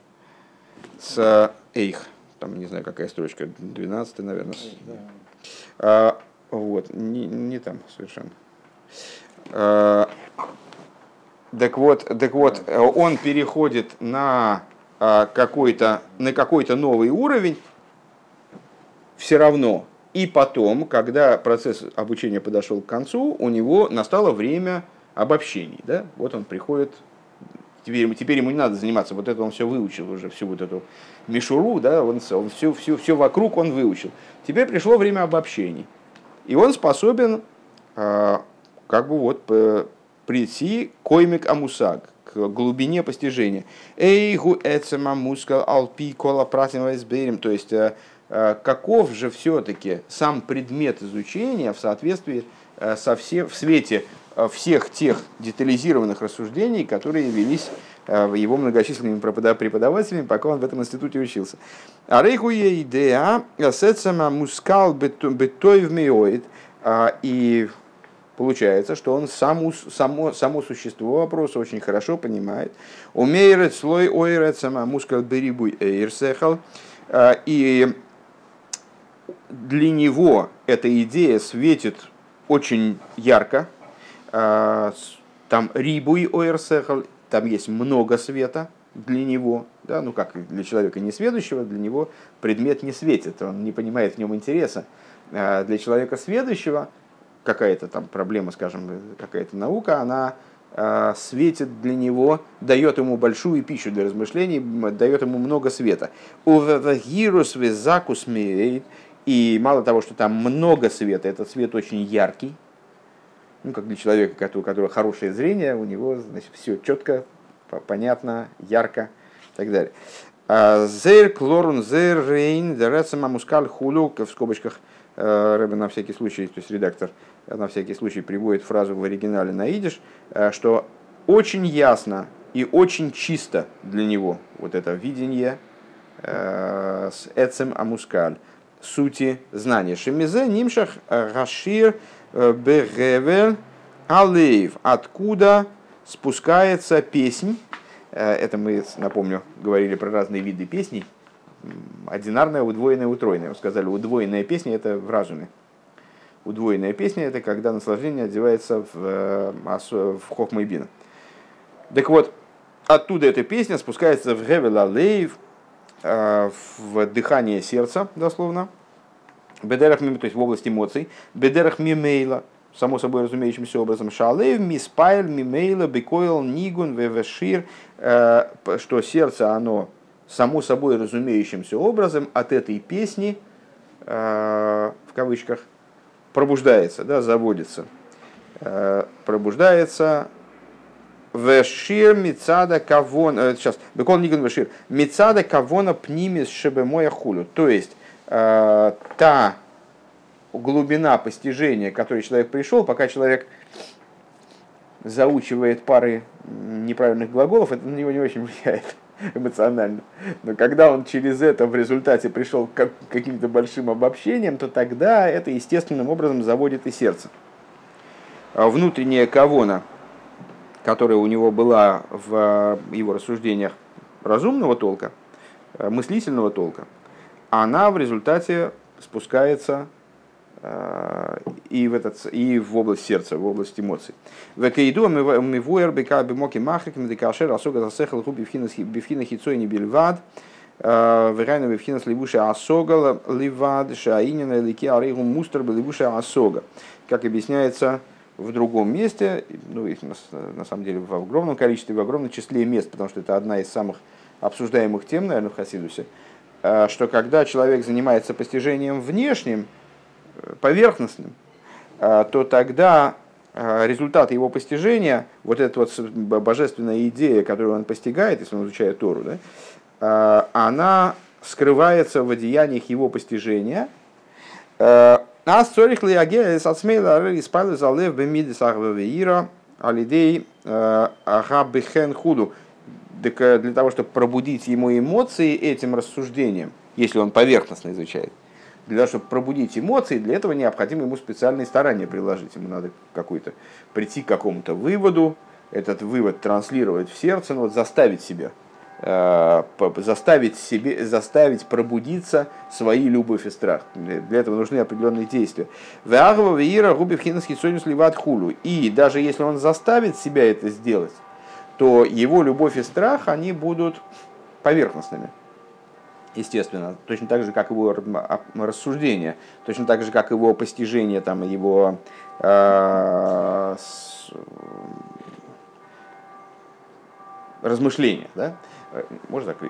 С эйх. Там не знаю, какая строчка. 12, наверное. Вот. Не там совершенно. Так вот, он переходит на какой-то новый уровень все равно. И потом, когда процесс обучения подошел к концу, у него настало время обобщений. Да? Вот он приходит, теперь ему не надо заниматься, вот это он все выучил уже, всю вот эту мишуру, да? он все вокруг он выучил. Теперь пришло время обобщений. И он способен прийти коймик амусаг, к глубине постижения. Эйгу эцема мускал алпи кола пратим. То есть, каков же все-таки сам предмет изучения в соответствии в свете всех тех детализированных рассуждений, которые велись его многочисленными преподавателями, пока он в этом институте учился. А рейгу идея эцема мускал бетоев меоид. И получается, что он само существо вопроса очень хорошо понимает. Умеет слой ойрет сама мускал берибуй эйрсехал. И для него эта идея светит очень ярко. Там рибуй ойрсехал, там есть много света для него. Да? Ну как для человека несведущего, для него предмет не светит, он не понимает в нем интереса. Для человека сведущего какая-то там проблема, скажем, какая-то наука, она светит для него, дает ему большую пищу для размышлений, дает ему много света. И мало того, что там много света, этот свет очень яркий, ну, как для человека, у которого хорошее зрение, у него, значит, все четко, понятно, ярко и так далее. Зер клорун зер рейн дерецема мускаль хулю, в скобочках Рэбе на всякий случай, то есть редактор на всякий случай приводит фразу в оригинале на идиш, что очень ясно и очень чисто для него вот это видение с эцем амускаль, сути знания. Шемизе нимшах гашир бегевер алеев, откуда спускается песнь. Это мы, напомню, говорили про разные виды песней. Одинарная, удвоенная, утроенная. Мы сказали, удвоенная песня – это в разуме. Удвоенная песня – это когда наслаждение одевается в хохма и бина. Так вот, оттуда эта песня спускается в гевел алейв, в дыхание сердца, дословно. бедерах мим, то есть в области эмоций, бедерах мимейла, само собой разумеющимся образом, шалев, миспайль, мимейла, бекойл, нигун, вевешир, что сердце, оно само собой разумеющимся образом от этой песни, в кавычках, пробуждается, да, заводится, пробуждается. Вешир мицада кавона, сейчас, бекол нигун вешир, мицада кавона пнимис шебемоя хулю, то есть та глубина постижения, к которой человек пришел, пока человек заучивает пары неправильных глаголов, это на него не очень влияет эмоционально. Но когда он через это в результате пришел к каким-то большим обобщениям, то тогда это естественным образом заводит и сердце. Внутренняя кавона, которая у него была в его рассуждениях разумного толка, мыслительного толка, она в результате спускается и в область сердца, в область эмоций. Векейду мивуэр бека бимоки махрик медикашер асога засехал губи бифхина хицой не бельвад вегайна бифхина сливуша асога ливад шаинина лики арейгу мустер бливуша асога. Как объясняется в другом месте, ну, на самом деле в огромном количестве, в огромном числе мест, потому что это одна из самых обсуждаемых тем, наверное, в Хасидусе, что когда человек занимается постижением внешним, поверхностным, то тогда результат его постижения, вот эта вот божественная идея, которую он постигает, если он изучает Тору, да, она скрывается в одеяниях его постижения. Нас цорих лиагея сацмейла испайлы залев бемидис ахвавеира алидей агабихен худу. Для того, чтобы пробудить ему эмоции этим рассуждением, если он поверхностно изучает, для того, чтобы пробудить эмоции, для этого необходимо ему специальные старания приложить. Ему надо прийти к какому-то выводу, этот вывод транслировать в сердце, ну, вот заставить себя, заставить пробудиться свои любовь и страх. Для этого нужны определенные действия. И даже если он заставит себя это сделать, то его любовь и страх, они будут поверхностными. Естественно, точно так же, как его рассуждение, точно так же, как его постижение, там, его размышления. Да? Можно закрыть?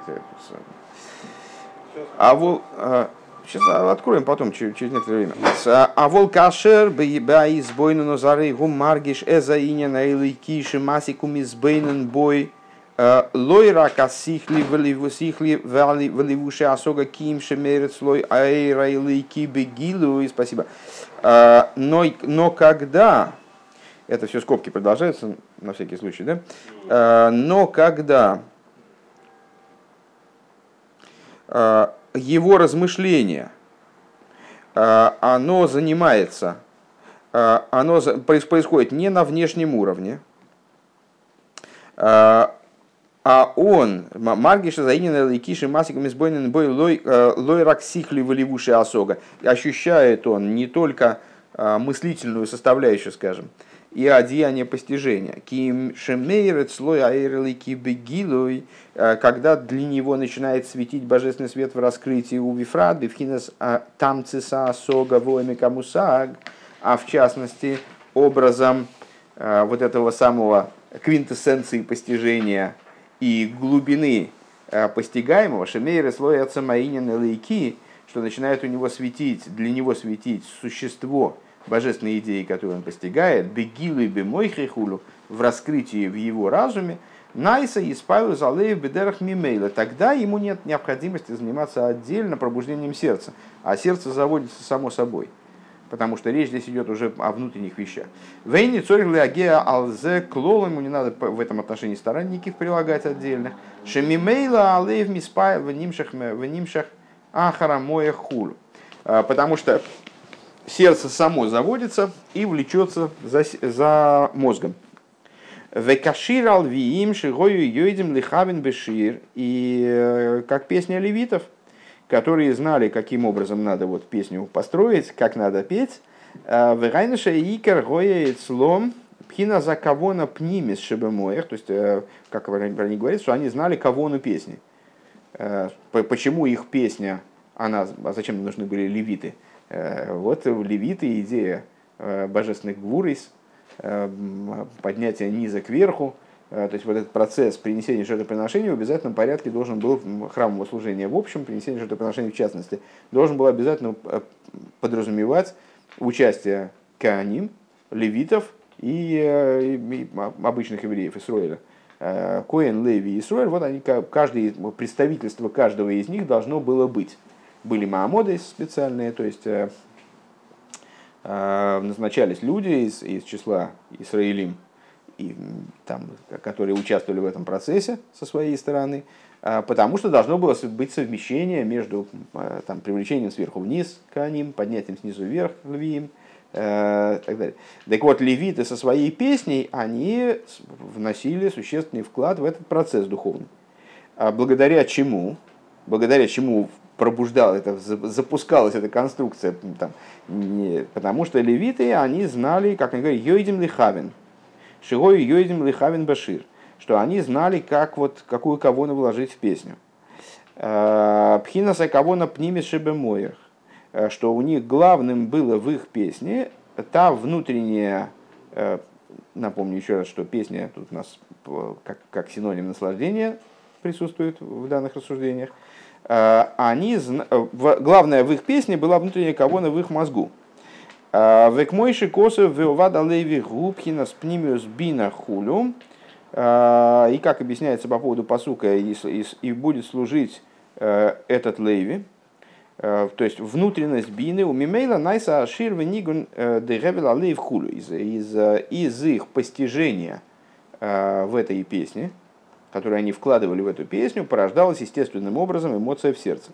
Сейчас откроем потом, через некоторое время. А вол кашер бей избойну назары гум маргиш эзаиня на илики шимасикум избейнен бой лойра касихли вливусихли вливуше асога ким шемерец лой аэра илики бегилу. Спасибо. Но когда, это все скобки продолжаются на всякий случай, да? Но когда его размышление, оно занимается, оно происходит не на внешнем уровне, а он, Маргиша Заинина Ликиши Масиком избойнен бой лой раксихли валивуши асога, ощущает он не только мыслительную составляющую, скажем, и одеяние постижения. Ким шемейрет слой аэрлики бегилуй, когда для него начинает светить божественный свет в раскрытии у вифрат, бифхинас тамциса сога воеми камусаг, а в частности образом вот этого самого квинтэссенции постижения и глубины постигаемого, шемейрет слой ацамаинин лейки, что начинает у него светить, для него светить существо божественной идеи, которую он постигает, бегилу и бемойхрихулю, в раскрытии в его разуме, найса и спайлу залеев бедерах мимейла, тогда ему нет необходимости заниматься отдельно пробуждением сердца, а сердце заводится само собой, потому что речь здесь идет уже о внутренних вещах. Вейни цорих леагеа алзе клол, ему не надо в этом отношении стараний никаких прилагать отдельных. Шемимейла алеев миспайл внимшах ахара моя хулю, потому что сердце само заводится и влечется за мозгом. Векаширал виим шигою йойдем лихавин бешир. И как песня левитов, которые знали, каким образом надо вот песню построить, как надо петь. Вегайнаша икер гоя ицлом пхина за кавона пнимис шебемоях. То есть, как про них говорится, что они знали кавону песни. Почему их песня, а зачем нужны были левиты? Вот левиты, идея божественных гвурис, поднятия низа кверху, то есть вот этот процесс принесения жертвоприношения в обязательном порядке должен был, храмового служения в общем, принесение жертвоприношения в частности, должен был обязательно подразумевать участие коаним, левитов и обычных евреев Исроэля. Коэн, Леви и Исроэль, вот они, представительство каждого из них должно было быть. Были маамоды специальные, то есть назначались люди из числа Исраилим, и, там, которые участвовали в этом процессе со своей стороны, потому что должно было быть совмещение между там, привлечением сверху вниз коаним, поднятием снизу вверх левиим, и так далее. Так вот, левиты со своей песней, они вносили существенный вклад в этот процесс духовный. Благодаря чему пробуждалась, запускалась эта конструкция, там, потому что левиты, они знали, как они говорят, йойдим лихавин, шигой йойдим лихавин башир, что они знали, как, вот, какую кавону вложить в песню. Пхинаса кавона пнимис шебемоях, что у них главным было в их песне та внутренняя, напомню еще раз, что песня тут у нас как синоним наслаждения присутствует в данных рассуждениях, главное в их песне была внутренняя кавона в их мозгу. Векмойши косов веовад алейви губхина спнимиус бина хулю. И как объясняется по поводу пасука, и будет служить этот лейви, то есть внутренность бины у мимейла найса ашир венигун дегевел алейв хулю, из их постижения в этой песне, которую они вкладывали в эту песню, порождалась естественным образом эмоция в сердце.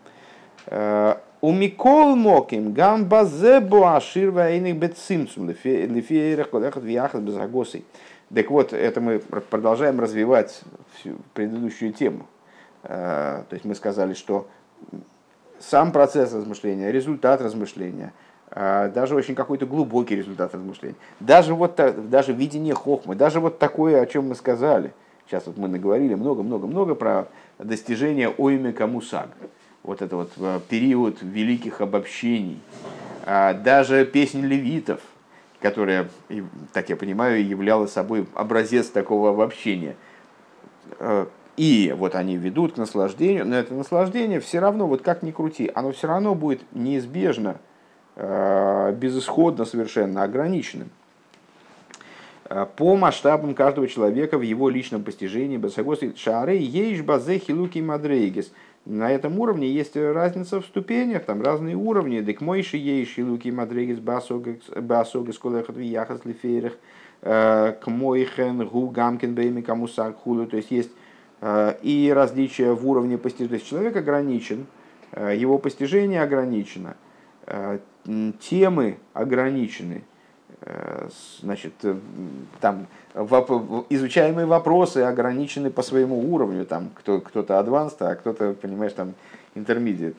У Микол Моким Гамбазебу Ашир Ваиных Бетсимцум Лефиерах Колехат Вияхат Безагосой. Так вот, это мы продолжаем развивать всю предыдущую тему. То есть мы сказали, что сам процесс размышления, результат размышления, даже очень какой-то глубокий результат размышления, даже видение хохмы, даже вот такое, о чем мы сказали. Сейчас вот мы наговорили много-много-много про достижение оймека мусаг. Вот это вот период великих обобщений. Даже песнь левитов, которая, так я понимаю, являла собой образец такого обобщения. И вот они ведут к наслаждению, но это наслаждение все равно, вот как ни крути, оно все равно будет неизбежно, безысходно совершенно ограниченным по масштабам каждого человека в его личном постижении. Басагосы шарей ейш базехи луки мадрейгес. На этом уровне есть разница в ступенях, там разные уровни. Дек мойши ейш и луки мадрейгес басогес колехат вияхас лиферах к мойхен гу гамкин бейми камусак хулу. То есть есть и различия в уровне постижения. То есть человек ограничен, его постижение ограничено, темы ограничены. Значит, там изучаемые вопросы ограничены по своему уровню, там кто-то advanced, а кто-то, понимаешь, там intermediate.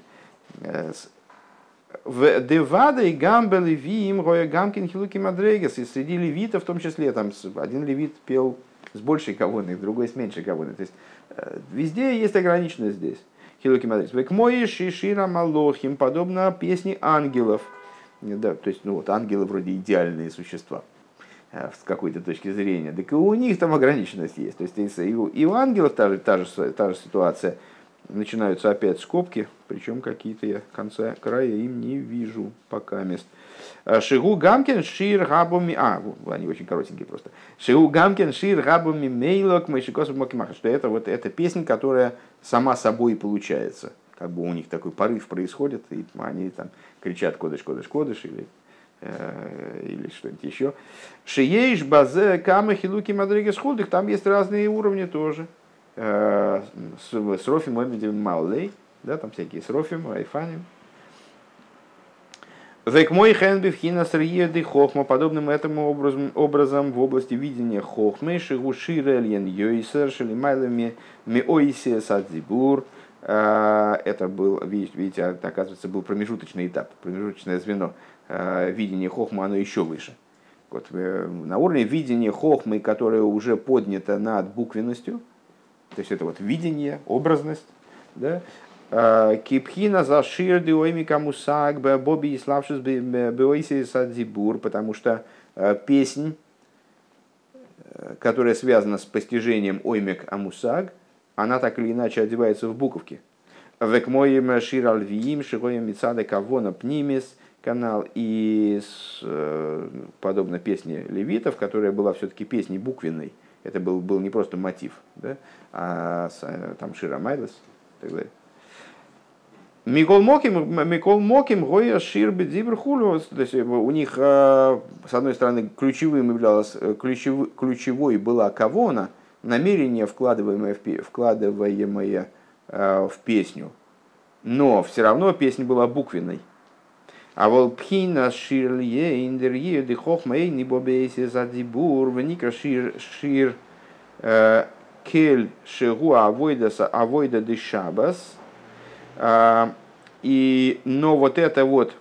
В девада и гамбели виим роя гамкин хилуки мадрегес, и среди левитов в том числе, там один левит пел с большей кавоной, другой с меньшей кавоной. То есть везде есть ограниченность здесь. Хилуки мадрегес. Векмои шишира малохим, подобно песне ангелов. Да, то есть, ну вот, ангелы вроде идеальные существа с какой-то точки зрения. Так и у них там ограниченность есть. То есть и у ангелов та же ситуация. Начинаются опять скобки, причем какие-то я конца края им не вижу пока мест. Шигу гамкин шир габуми... они очень коротенькие просто. Шигу гамкин шир габуми мейлок мэйшикосу мокимаха. Что это вот эта песня, которая сама собой получается. Как бы у них такой порыв происходит, и они там кричат «Кодыш, кодыш, кодыш» или что-нибудь еще. Шиеиш, базе, камы, хилуки, мадригес, хулдых. Там есть разные уровни тоже. С рофим, эмидим, маллей. Да, там всякие с рофим, айфаним. Век мой хэнби вхина сриеды хохма, подобным этому образом в области видения хохмы, шигуши рельен йойсер, шелимайлами миойсе садзибур. Это был, видите, оказывается, был промежуточный этап, промежуточное звено. Видение хохмы, оно еще выше. Вот, на уровне видения хохмы, которое уже поднято над буквенностью, то есть это вот видение, образность, да, Кипхина за ширды оймика мусак боби и славшис беойси садзибур, потому что песнь, которая связана с постижением оймек амусаг, она так или иначе одевается в буковки. Век моим шир альвиим, шигоем мицада кавона пнимис, канал, и подобно песне левитов, которая была все-таки песней буквенной, это был не просто мотив, да, а там шира майлес и так далее. Микол Моким, Гоя, Шир, Бедзибр, Хулю. То есть у них, с одной стороны, ключевой была кавона, намерение, вкладываемое в песню. Но все равно песня была буквенной. А волпхина ширлье индерье де хохмей не бобейся за дибур веника шир кель шегу авойда де шабас. Но вот эта вот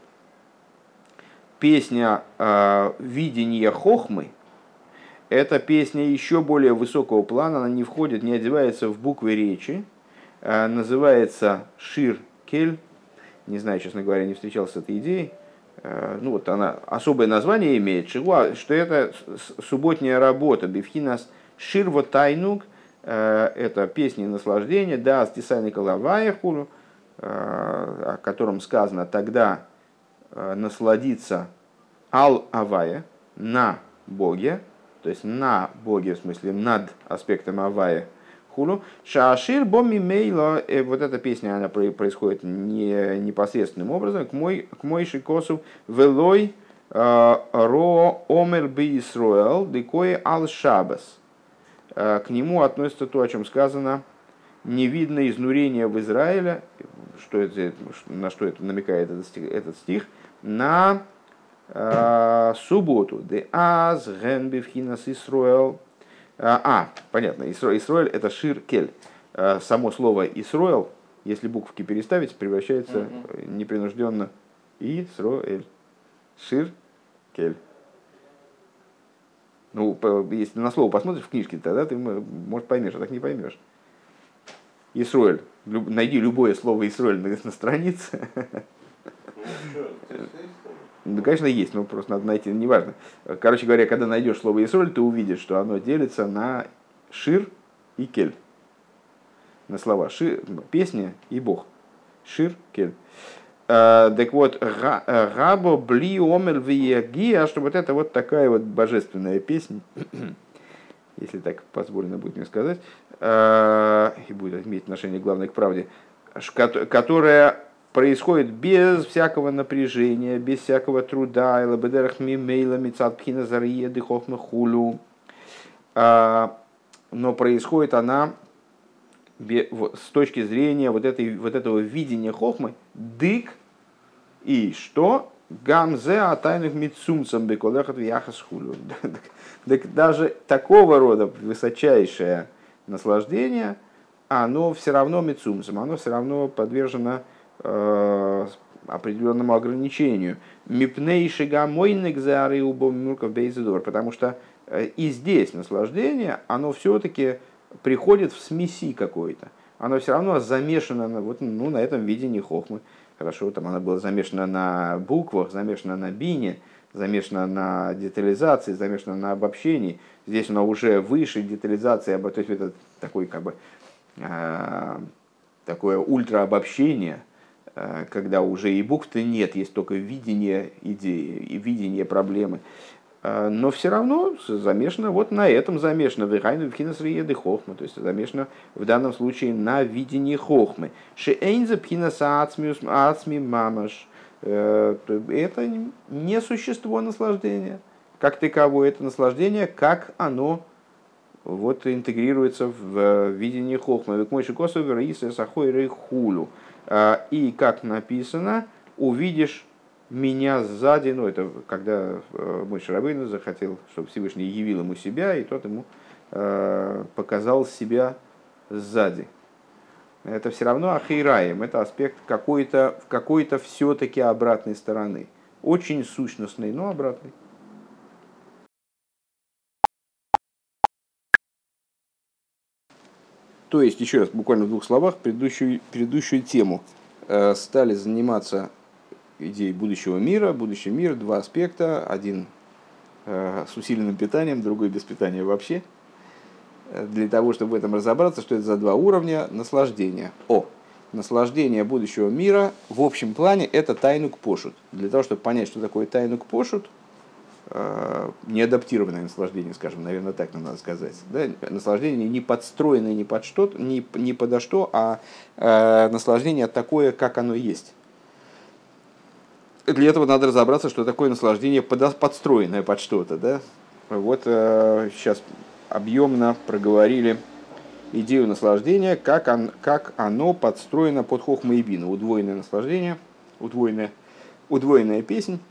песня видения хохмы, это песня еще более высокого плана, она не входит, не одевается в буквы речи, называется Шир Кель. Не знаю, честно говоря, не встречался с этой идеей. Ну вот она особое название имеет, что это субботняя работа, бифхинас Шир вот тайнук, это песни наслаждения, да, стисайный коловая хулу, о котором сказано тогда насладиться ал-авая, на Боге, то есть на Боге, в смысле над аспектом авая, хулу, шашир боми мейла, вот эта песня, она происходит не непосредственным образом, к мой шикосу велой ро омер би Исроэл декое ал шабас. К нему относится то, о чем сказано, не видно изнурения в Израиле, на что это намекает этот стих, на субботу. Де аз ген бифхинас Исроэл. Понятно, Исроэль это шир кель. Само слово Исроэл, если буковки переставить, превращается непринужденно Исроэль. Шир кель. Ну, если на слово посмотришь в книжке, тогда ты, может, поймешь, а так не поймешь. Исроэль. Найди любое слово Исроэль на странице. Ну, конечно, есть, но просто надо найти, неважно. Короче говоря, когда найдешь слово Исроэль, ты увидишь, что оно делится на шир и кель. На слова шир, песня и Бог. Шир, кель. Так вот, рабо бли омер виегия, что вот это вот такая вот божественная песня, если так позволено будет мне сказать, и будет иметь отношение главное к правде, которая происходит без всякого напряжения, без всякого труда, но происходит она с точки зрения вот этого видения хохмы, дык, и что? Гамзе атайных митсумцам беколехат вяхас хулю. Так даже такого рода высочайшее наслаждение, оно все равно митсумцам, оно все равно подвержено определенному ограничению. Мипнейши гамойник зары убомюрков бейзидор, потому что и здесь наслаждение, оно все-таки приходит в смеси какой-то. Оно все равно замешано на этом видении хохмы. Хорошо, там она была замешана на буквах, замешана на бине, замешана на детализации, замешана на обобщении. Здесь она уже выше детализации, то есть это такой, как бы, такое ультраобобщение, когда уже и букв-то нет, есть только видение идеи и видение проблемы. Но все равно замешано, вот на этом замешано, то есть замешано в данном случае на видении хохмы. Это не существо наслаждения, как таковое, это наслаждение, как оно вот интегрируется в видении хохмы. И как написано, увидишь меня сзади, это когда Моше Рабейну захотел, чтобы Всевышний явил ему себя, и тот ему показал себя сзади. Это все равно ахейраем, это аспект какой-то все-таки обратной стороны. Очень сущностный, но обратный. То есть, еще раз, буквально в двух словах, предыдущую тему. Стали заниматься идеей будущего мира. Будущий мир, два аспекта. Один с усиленным питанием, другой без питания вообще. Для того, чтобы в этом разобраться, что это за два уровня наслаждения. Наслаждение будущего мира в общем плане это тайнук пошут. Для того, чтобы понять, что такое тайнук пошут, неадаптированное наслаждение, скажем, наверное, так нам надо сказать. Да? Наслаждение не подстроенное ни под что, ни подо что, а наслаждение такое, как оно есть. Для этого надо разобраться, что такое наслаждение подстроенное под что-то. Да? Вот сейчас объемно проговорили идею наслаждения, как оно подстроено под хохма и бину. Удвоенное наслаждение, удвоенная песнь.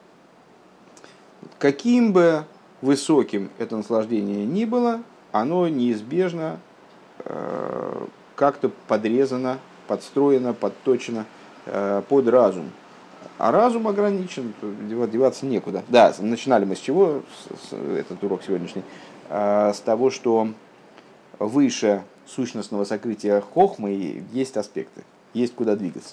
Каким бы высоким это наслаждение ни было, оно неизбежно как-то подрезано, подстроено, подточено под разум. А разум ограничен, деваться некуда. Да, начинали мы с чего, этот урок сегодняшний, с того, что выше сущностного сокрытия хохмы есть аспекты, есть куда двигаться.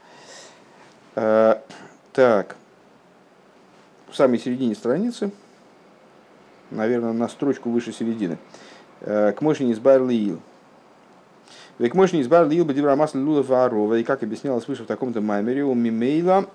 Так. В самой середине страницы, наверное, на строчку выше середины. К мощи избавил Ил. К мощи избавил Ил бедивра масла лулов арова. И как объяснялось выше в таком-то маймере, у мимейла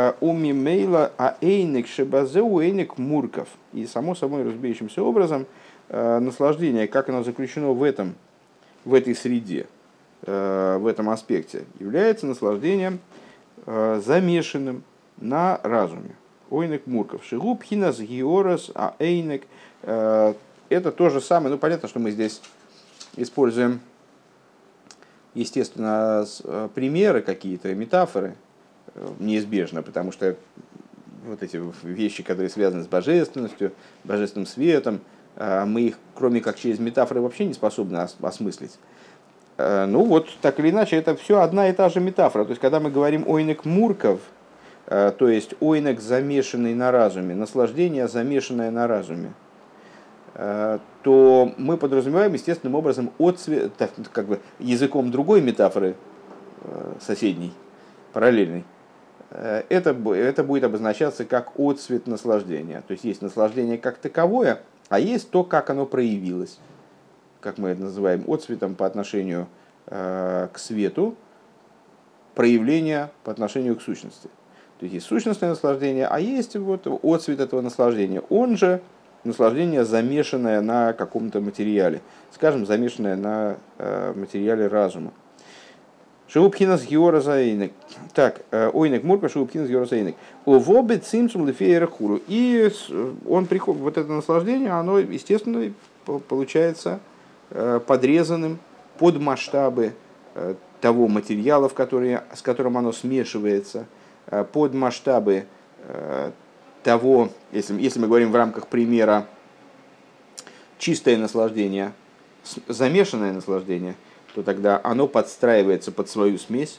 аэйник шебазеу эйник мурков. И само собой разбеющимся образом наслаждение, как оно заключено в этой среде, в этом аспекте, является наслаждением замешанным на разуме. Ойнек Мурков. Шигуб хинас георас а эйнек. Это то же самое. Ну, понятно, что мы здесь используем, естественно, примеры какие-то, метафоры, неизбежно, потому что вот эти вещи, которые связаны с божественностью, божественным светом, мы их, кроме как через метафоры, вообще не способны осмыслить. Ну вот, так или иначе, это все одна и та же метафора. То есть, когда мы говорим ойнек Мурков, то есть ойнек, замешанный на разуме, наслаждение, замешанное на разуме, то мы подразумеваем естественным образом как бы языком другой метафоры, соседней, параллельной. Это будет обозначаться как отцвет наслаждения. То есть есть наслаждение как таковое, а есть то, как оно проявилось. Как мы это называем, отцветом по отношению к свету, проявление по отношению к сущности. То есть сущностное наслаждение, а есть вот отцвет этого наслаждения. Он же наслаждение, замешанное на каком-то материале. Скажем, замешанное на материале разума. Шиупхинас георозаинек. Так, ойнек мурка шиупхинас георозаинек. Овобе цимсум лефеера хуру. И он приходит, вот это наслаждение, оно, естественно, получается подрезанным под масштабы того материала, с которым оно смешивается, под масштабы того, если мы говорим в рамках примера чистое наслаждение, замешанное наслаждение, то тогда оно подстраивается под свою смесь,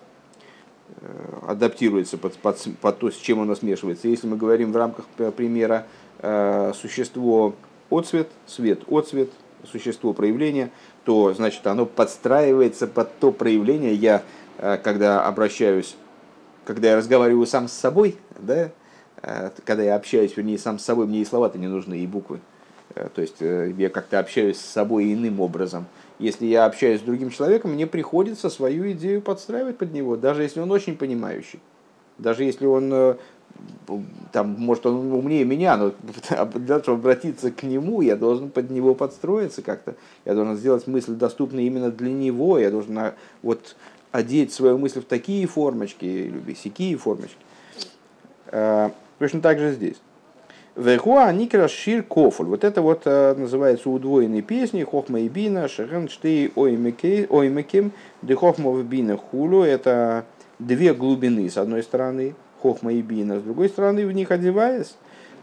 адаптируется под то, с чем оно смешивается. Если мы говорим в рамках примера существо отцвет, свет отцвет, существо проявления, то значит оно подстраивается под то проявление. Когда я разговариваю сам с собой, да, когда я общаюсь, вернее, сам с собой, мне и слова-то не нужны, и буквы. То есть я как-то общаюсь с собой иным образом. Если я общаюсь с другим человеком, мне приходится свою идею подстраивать под него, даже если он очень понимающий. Даже если он, может, он умнее меня, но для того, чтобы обратиться к нему, я должен под него подстроиться как-то. Я должен сделать мысль доступной именно для него. Я должен одеть свою мысль в такие формочки, или сякие формочки. Точно так же здесь. Вехуа никра шир кофуль. Вот это вот называется удвоенной песней. Хохма и бина, шерен штей оймекем, де хохма в бина хулу. Это две глубины с одной стороны, хохма и бина, с другой стороны, в них одеваясь,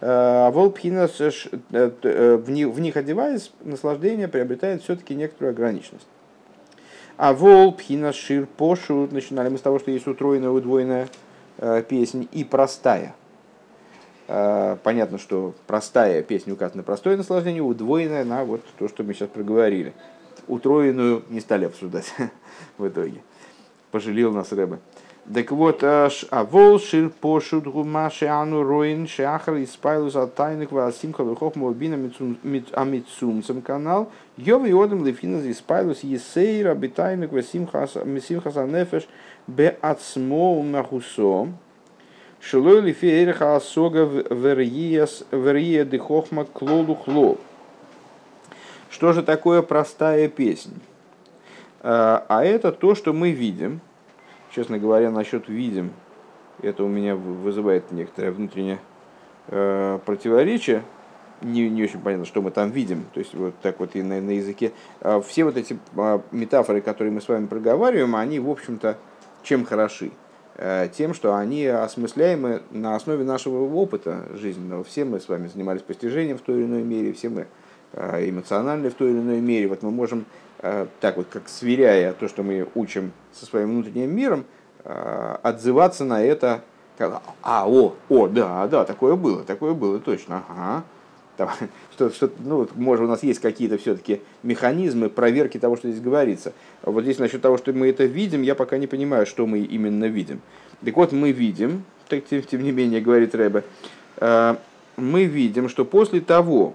в них одеваясь, наслаждение приобретает все-таки некоторую ограниченность. А вол пхина шир пошу. Начинали мы с того, что есть утроенная, удвоенная песня и простая. Понятно, что простая песня указана на простое наслаждение, удвоенная на вот то, что мы сейчас проговорили. утроенную не стали обсуждать в итоге. Пожалел нас Ребе. Так вот, а волшир пошут гумаши ану роин шахар из пайлус от тайных васимха вихохма убина амитсумцем канал йов и одем лефиназ из пайлус есейра битайных васимха санефеш бе ацмо махусо шилой лифеерха асога верия дехохма клолу хло. Что же такое простая песнь? А это то, что мы видим. Честно говоря, насчет видим, это у меня вызывает некоторое внутреннее противоречие. Не очень понятно, что мы там видим. То есть вот так вот и на языке. Все вот эти метафоры, которые мы с вами проговариваем, они, в общем-то, чем хороши? Тем, что они осмысляемы на основе нашего опыта жизненного. Все мы с вами занимались постижением в той или иной мере, все мы эмоциональны в той или иной мере. Вот мы можем так вот, как сверяя то, что мы учим со своим внутренним миром, отзываться на это, как, да, такое было, точно, ага. Там, ну, может, у нас есть какие-то все-таки механизмы проверки того, что здесь говорится. Вот здесь насчет того, что мы это видим, я пока не понимаю, что мы именно видим. Так вот, мы видим, тем не менее, говорит Ребе, мы видим, что после того,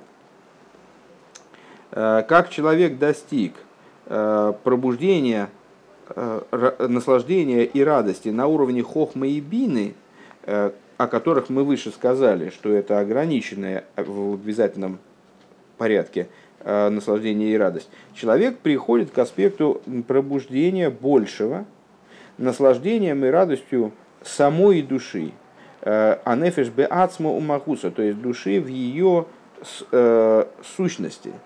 как человек достиг пробуждения, наслаждения и радости на уровне хохмы и бины, о которых мы выше сказали, что это ограниченное в обязательном порядке наслаждение и радость, человек приходит к аспекту пробуждения большего, наслаждением и радостью самой души, анефеш бе ацмо умахуса, то есть души в ее сущности.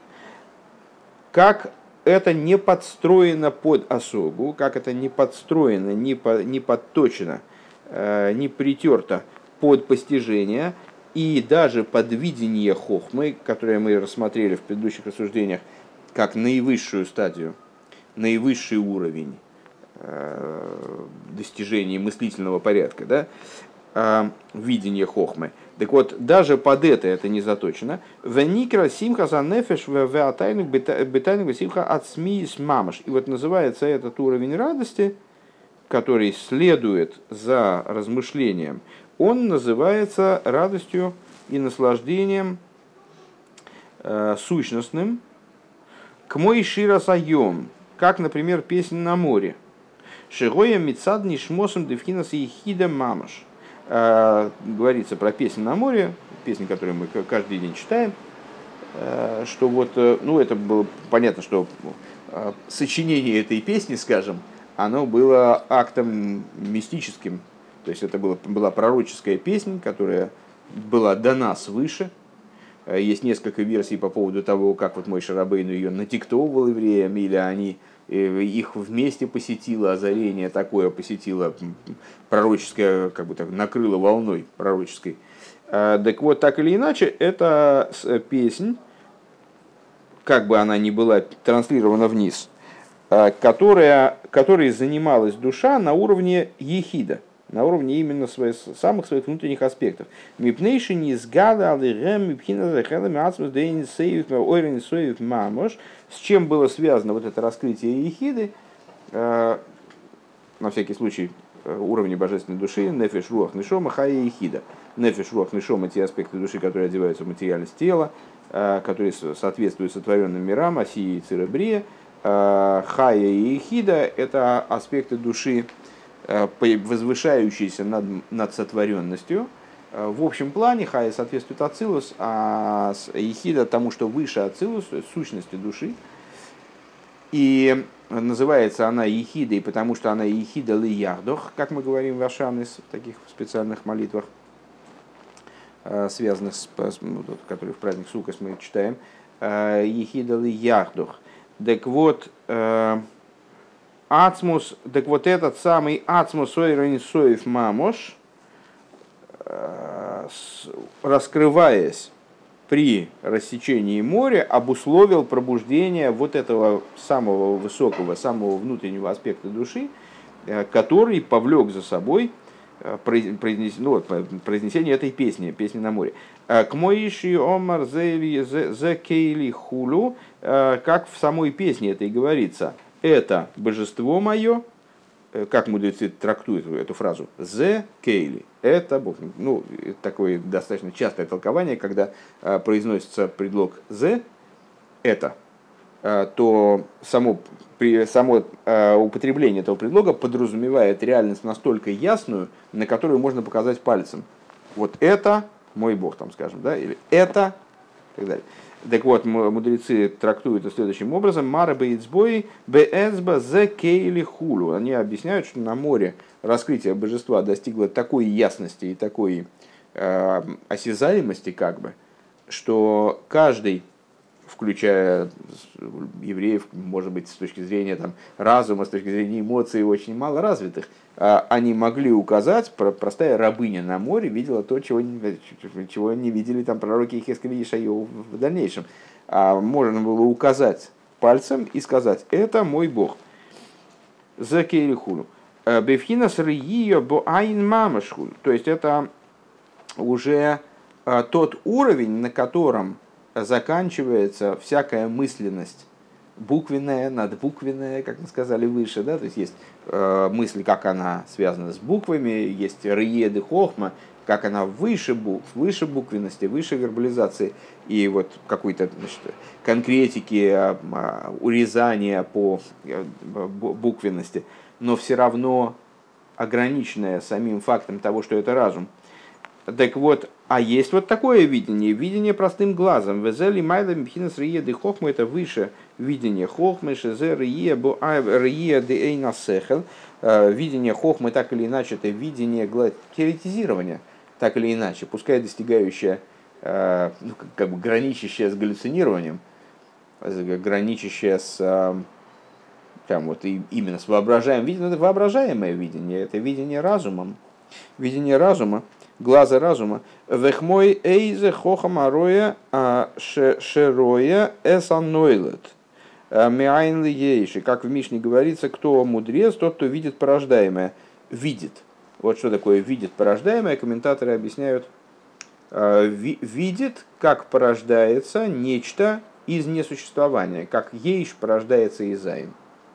Как это не подстроено под осогу, как это не подстроено, не подточено, не притерто под постижение и даже под видение хохмы, которое мы рассмотрели в предыдущих рассуждениях, как наивысшую стадию, наивысший уровень достижения мыслительного порядка, да, видение хохмы. Так вот, даже под это не заточено. Веникра симха за нефеш веатайну бетайну симха от сми с мамаш. И вот называется этот уровень радости, который следует за размышлением, он называется радостью и наслаждением сущностным, к мой шира сайом, как, например, песня на море. Шигоя мицадни шмосом девхинас ехида мамаш. Говорится про песню на море, песни, которые мы каждый день читаем, что вот, ну, это было понятно, что сочинение этой песни, скажем, оно было актом мистическим, то есть это была пророческая песня, которая была дана свыше. Есть несколько версий по поводу того, как вот Моше Рабейну ее надиктовывал евреям, или их вместе посетило озарение такое, посетило пророческое, как бы так, накрыло волной пророческой. Так вот, так или иначе, эта песнь, как бы она ни была транслирована вниз, которой занималась душа на уровне ехида, на уровне именно самых своих внутренних аспектов. С чем было связано вот это раскрытие ехиды, на всякий случай, уровни божественной души, нефеш, руах, нишома, хая и ехида. Нефеш, руах, нишома — те аспекты души, которые одеваются в материальность тела, которые соответствуют сотворенным мирам, осии и церебрия. Хая и ехида — это аспекты души, возвышающиеся над сотворенностью. В общем плане хая соответствует ацилус, а ехида тому, что выше ацилус, сущности души. И называется она ехидой, потому что она ехида ли яхдох, как мы говорим в Ашанис, в таких специальных молитвах, связанных которые в праздник Суккот мы читаем. Ехида ли яхдох. Так вот, ацмус, так вот этот самый ацмус ойронисоев мамош, раскрываясь при рассечении моря, обусловил пробуждение вот этого самого высокого, самого внутреннего аспекта души, который повлек за собой произнесение этой песни на море. К моиши омар зе кейли хулу, как в самой песне это и говорится, это божество мое, как мудрецы трактуют эту фразу, зе кейли, это Бог. Ну, такое достаточно частое толкование, когда произносится предлог зе, это, то само употребление этого предлога подразумевает реальность настолько ясную, на которую можно показать пальцем. Вот это мой Бог, там скажем, да, или это, и так далее. Так вот, мудрецы трактуют это следующим образом. Мара бейцбой бээцба зе кейли хулу. Они объясняют, что на море раскрытие божества достигло такой ясности и такой осязаемости, как бы, что каждый, включая евреев, может быть, с точки зрения там, разума, с точки зрения эмоций, очень мало развитых, они могли указать, простая рабыня на море видела то, чего не видели там пророки Йехескель и Ишайяу в дальнейшем. Можно было указать пальцем и сказать: это мой Бог. Закейрихулу. Бевхинас рийо бо айн мамашхул. То есть это уже тот уровень, на котором заканчивается всякая мысленность, буквенная, надбуквенная, как мы сказали выше, да, то есть есть мысль, как она связана с буквами, есть риеды хохма, как она выше букв, выше буквенности, выше вербализации, и вот какой-то, значит, конкретики, урезания по буквенности, но все равно ограниченная самим фактом того, что это разум. Так вот, а есть вот такое видение, видение простым глазом. Везели майда мипхинас риеды хохма, это выше видение хохмы, шезе риеды эйна сехел. Видение хохмы, так или иначе, это видение теоретизирования, так или иначе, пускай достигающее, ну, как бы граничащее с галлюцинированием, граничащее с там, вот, именно с воображаемым видением, это воображаемое видение, это видение разумом, видение разума, глаза разума. Вехмой эйзе хохама роя шероя эсанойлет. Миайн ейши. Как в Мишне говорится, кто мудрец, тот, кто видит порождаемое. Видит. Вот что такое видит порождаемое, комментаторы объясняют. Видит, как порождается нечто из несуществования, как ейш порождается из айн.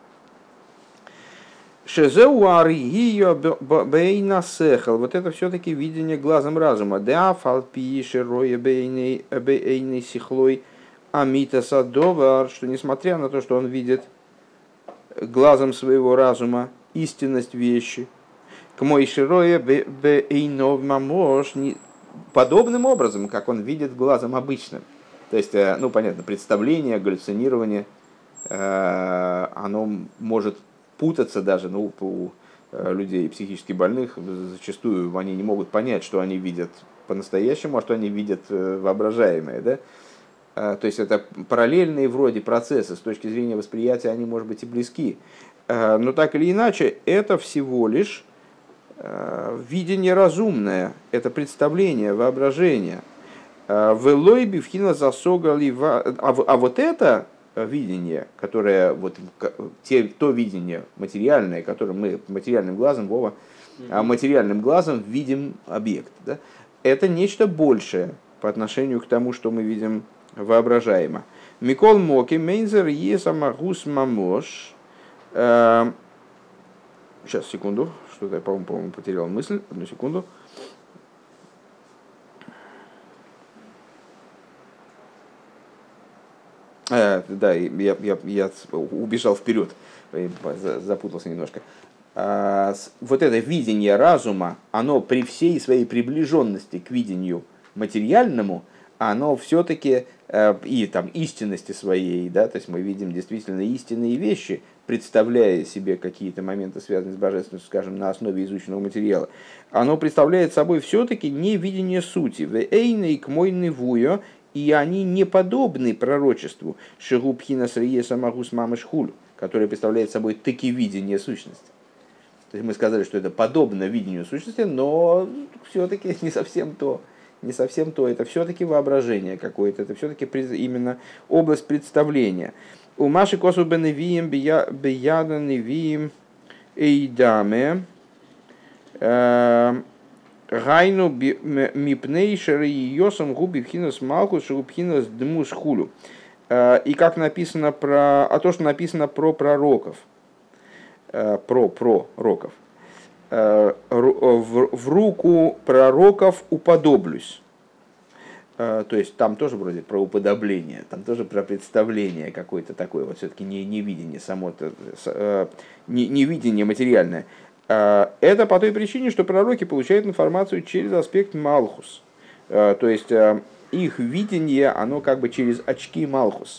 Шезеуар ее бейна сехал. Вот это все-таки видение глазом разума. Деафал пиши роя бейней сихлой амита садовар. Что несмотря на то, что он видит глазом своего разума истинность вещи, к мой широя бейнов мамош, подобным образом, как он видит глазом обычным. То есть, ну понятно, представление, галлюцинирование, оно может путаться даже, ну, у людей психически больных, зачастую они не могут понять, что они видят по-настоящему, а что они видят воображаемое. Да? То есть это параллельные вроде процессы, с точки зрения восприятия они, может быть, и близки. Но так или иначе, это всего лишь видение разумное, это представление, воображение. А вот это видение, которое вот то видение материальное, которое мы материальным глазом, Вова, материальным глазом видим объект, да, это нечто большее по отношению к тому, что мы видим воображаемо. Микол Моки Мейнзер Есамагус Мамош. Сейчас, секунду, что-то я, по-моему, потерял мысль. Одну секунду. Да, я убежал вперед, запутался немножко. Вот это видение разума, оно при всей своей приближенности к видению материальному, оно все-таки и там истинности своей, да, то есть мы видим действительно истинные вещи, представляя себе какие-то моменты, связанные с божественностью, скажем, на основе изученного материала, оно представляет собой все-таки не видение сути. Вэйнэй к мой невуё. И они не подобны пророчеству Шигубхина Срие Самагус Мамышхуль, которое представляет собой таки видение сущности. То есть мы сказали, что это подобно видению сущности, но все-таки не совсем то. Не совсем то. Это все-таки воображение какое-то, это все-таки именно область представления. У Маши Косу Беневием Бияда Невием Эйдаме
Гайну мипней шеры йосам губи пхинас малхус шубхинас дмус хулю. И как написано про... А то, что написано про пророков. Про пророков. В руку пророков уподоблюсь. То есть там тоже вроде про уподобление, там тоже про представление какое-то такое, вот все-таки не видение само, не видение материальное. Это по той причине, что пророки получают информацию через аспект Малхус. То есть их видение, оно как бы через очки Малхус,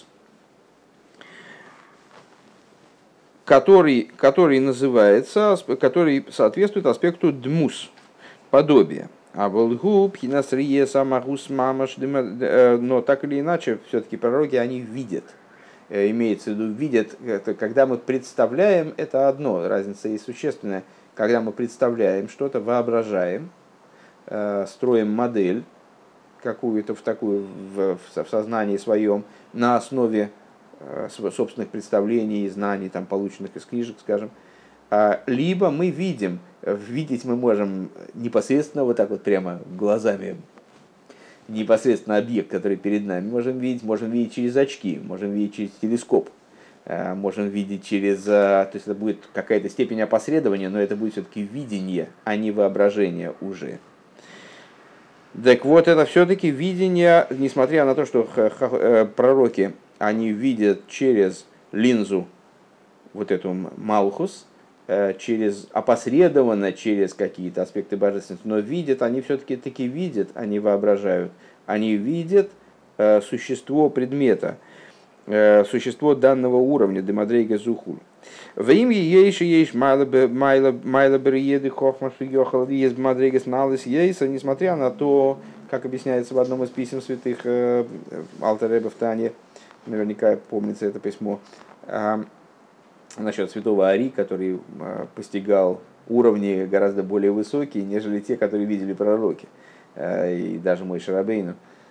который называется, который соответствует аспекту Дмус, подобие. А волгу пхинасрие самагус мамаш, но так или иначе, все-таки пророки, они видят. Имеется в виду, видят, это, когда мы представляем, это одно, разница и существенная. Когда мы представляем что-то, воображаем, строим модель какую-то в сознании своем на основе собственных представлений и знаний, там, полученных из книжек, скажем, либо мы видим, видеть мы можем непосредственно, вот так вот прямо глазами, непосредственно объект, который перед нами, можем видеть через очки, можем видеть через телескоп, можем видеть через... То есть это будет какая-то степень опосредования, но это будет все-таки видение, а не воображение уже. Так вот, это все-таки видение, несмотря на то, что пророки, они видят через линзу, вот эту Малхус, через опосредованно через какие-то аспекты божественности, но видят, они все-таки таки видят, они воображают, они видят существо предмета, существо данного уровня, демадрейга зухуль. В имя есть майла бериеды хохма шиёхал есть мадрейга сналыс есть, несмотря на то, как объясняется в одном из писем святых Алтер Ребе в Тане, наверняка помнится это письмо, насчет святого Ари, который постигал уровни гораздо более высокие, нежели те, которые видели пророки, и даже Моше Рабейну.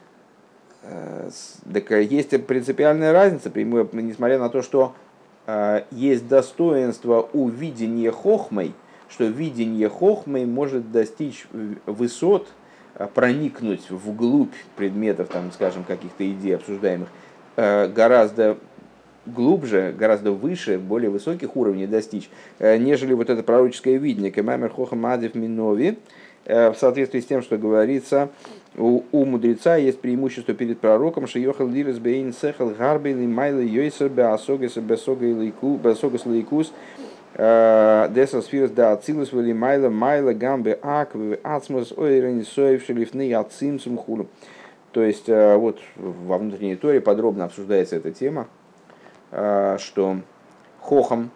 Так есть принципиальная разница, несмотря на то, что есть достоинство у видения хохмой, что видение хохмой может достичь высот, проникнуть вглубь предметов, там, скажем, каких-то идей обсуждаемых, гораздо глубже, гораздо выше, более высоких уровней достичь, нежели вот это пророческое видение. Кемамер хохам адев минови, в соответствии с тем, что говорится, у мудреца есть преимущество перед пророком, что йохал лирес бейн сехал гарбейли майла йойсер беасогес беасогес лейкус десас фирс да ацилус вели майла гамбе акве ацмус ойрен соев шелифны ацимцум хулу. То есть вот во внутренней торе подробно обсуждается эта тема, что хохам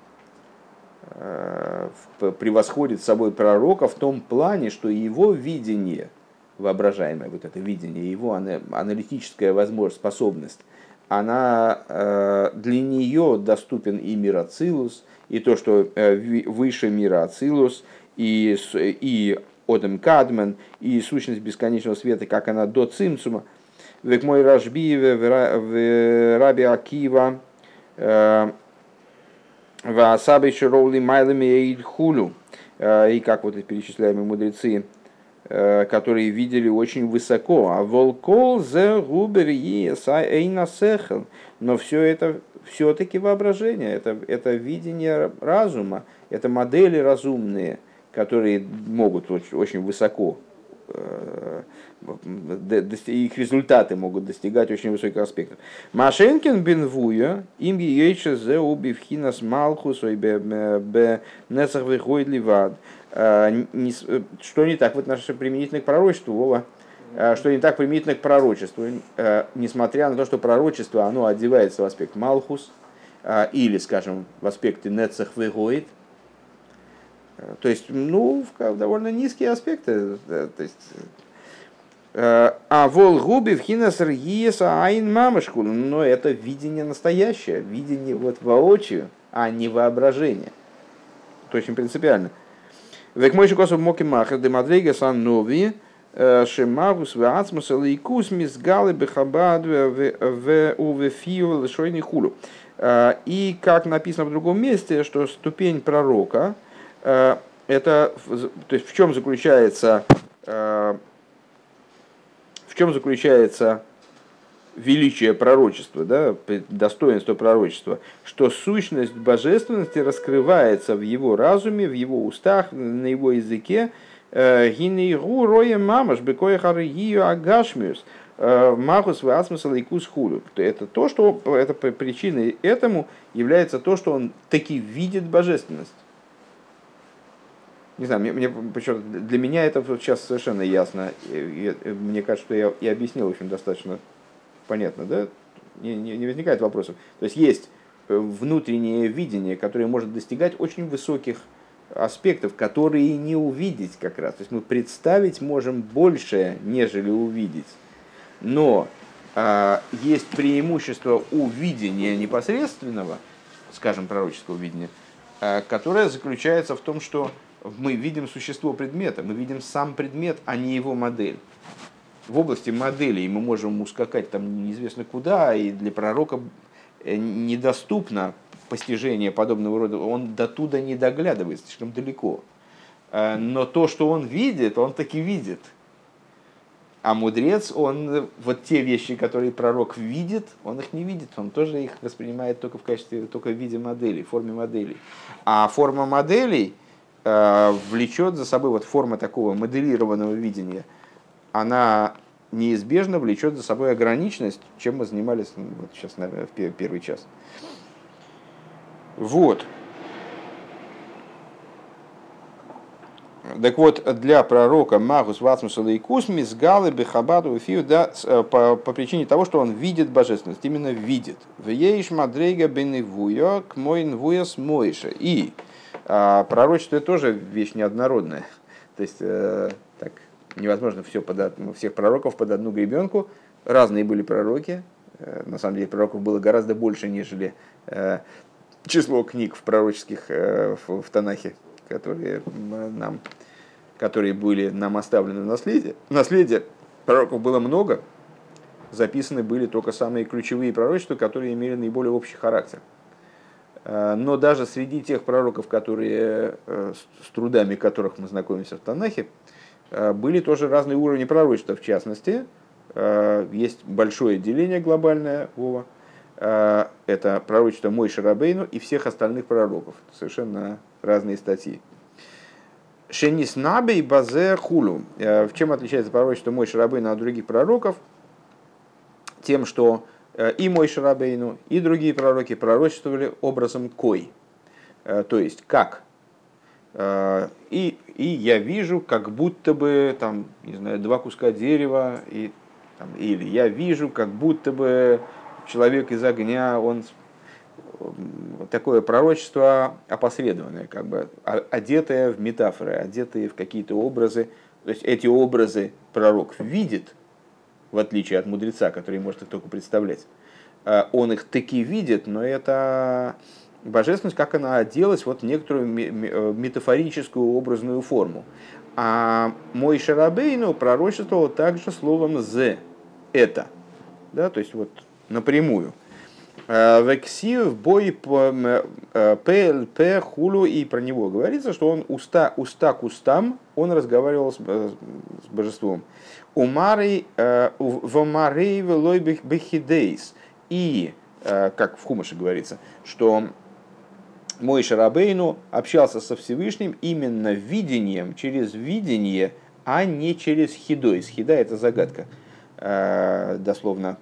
превосходит собой пророка в том плане, что его видение, воображаемое вот это видение, его аналитическая возможность, способность, она для нее доступен и мир Ацилус, и то, что выше мира Ацилус, и Одем Кадмен, и сущность бесконечного света, как она до Цимцума, век мой Рашби, в Раби Акива, в Асабе Широули Майлами Эйдхулю, и как вот эти перечисляемые мудрецы, которые видели очень высоко. А волкол зе губер эйна сехел. Но все это все-таки воображение, это видение разума, это модели разумные, которые могут очень высоко, их результаты могут достигать очень высоких аспектов. Машенкин бенвуя им ейше зе убивхинас малхус бе нецах выходит ливад. Что не так в отношении применительно к пророчеству, Вова? Что не так применительно к пророчеству, несмотря на то, что пророчество, оно одевается в аспект малхус, или, скажем, в аспекте нецах выходит, то есть, ну, в довольно низкие аспекты. То есть, а волгуби в хинаср иеса айн мамышку, но это видение настоящее, видение вот воочию, а не воображение. Это очень принципиально. Век мой шикосов моки махер демадрейга сан нови шемагус веацмус лейкус мизгалы бехабад в увефию лешойный хулу. И как написано в другом месте, что ступень пророка, это, то есть в чем заключается в чем заключается величие пророчества, да, достоинство пророчества, что сущность божественности раскрывается в его разуме, в его устах, на его языке. Гинейгу роем мамаш бекоя харигию агашмиус махус васмысл и кус хулю. Это то, что это причиной этому является то, что он таки видит божественность. Не знаю, почему для меня это сейчас совершенно ясно. Мне кажется, что я и объяснил, в общем, достаточно понятно, да? Не возникает вопросов. То есть внутреннее видение, которое может достигать очень высоких аспектов, которые не увидеть как раз. То есть мы представить можем больше, нежели увидеть. Но есть преимущество у видения непосредственного, скажем, пророческого видения, которое заключается в том, что мы видим существо предмета, мы видим сам предмет, а не его модель. В области моделей мы можем ускакать там неизвестно куда, и для пророка недоступно постижение подобного рода, он до туда не доглядывается, слишком далеко. Но то, что он видит, он таки видит. А мудрец, он вот те вещи, которые пророк видит, он их не видит, он тоже их воспринимает только в качестве, только в виде моделей, в форме моделей. А форма моделей влечет за собой, вот форма такого моделированного видения, она неизбежно влечет за собой ограниченность, чем мы занимались вот сейчас, наверное, в первый час. Вот. Так вот, для пророка Магус Вацмуса Лейкус Мизгалы Бехабаду Фию, да, по причине того, что он видит божественность, именно видит. Вееш Мадрейга Беневуя к Мойнвуяс Мойша. И пророчество тоже вещь неоднородная. То есть так невозможно всех пророков под одну гребенку. Разные были пророки. На самом деле пророков было гораздо больше, нежели число книг в пророческих в Танахе, которые были нам оставлены в наследие. Наследие пророков было много, записаны были только самые ключевые пророчества, которые имели наиболее общий характер. Но даже среди тех пророков, которые, с трудами которых мы знакомимся в Танахе, были тоже разные уровни пророчества. В частности, есть большое деление глобальное, это пророчество Мойше Рабейну и всех остальных пророков. Совершенно разные статьи. Шенис набей базе хулу. В чем отличается пророчество Мойше Рабейну от других пророков? Тем, что и Мойше Рабейну, и другие пророки пророчествовали образом кой. То есть как. И я вижу, как будто бы там, не знаю, два куска дерева, или я вижу, как будто бы человек из огня, он такое пророчество опосредованное, как бы одетое в метафоры, одетые в какие-то образы. То есть эти образы пророк видит, в отличие от мудреца, который может их только представлять. Он их таки видит, но это божественность, как она оделась вот в некоторую метафорическую образную форму. А Мойше Рабейну пророчествовал также словом «зе» – «это». Да, то есть вот напрямую. Вексив бой ПЛП хулу, и про него говорится, что он уста к устам, он разговаривал с божеством. Умарей вомарей велой бехидейс. И, как в Хумаше говорится, что Мойше Рабейну общался со Всевышним именно видением, через видение, а не через хидойс. Хида – это загадка. Дословно,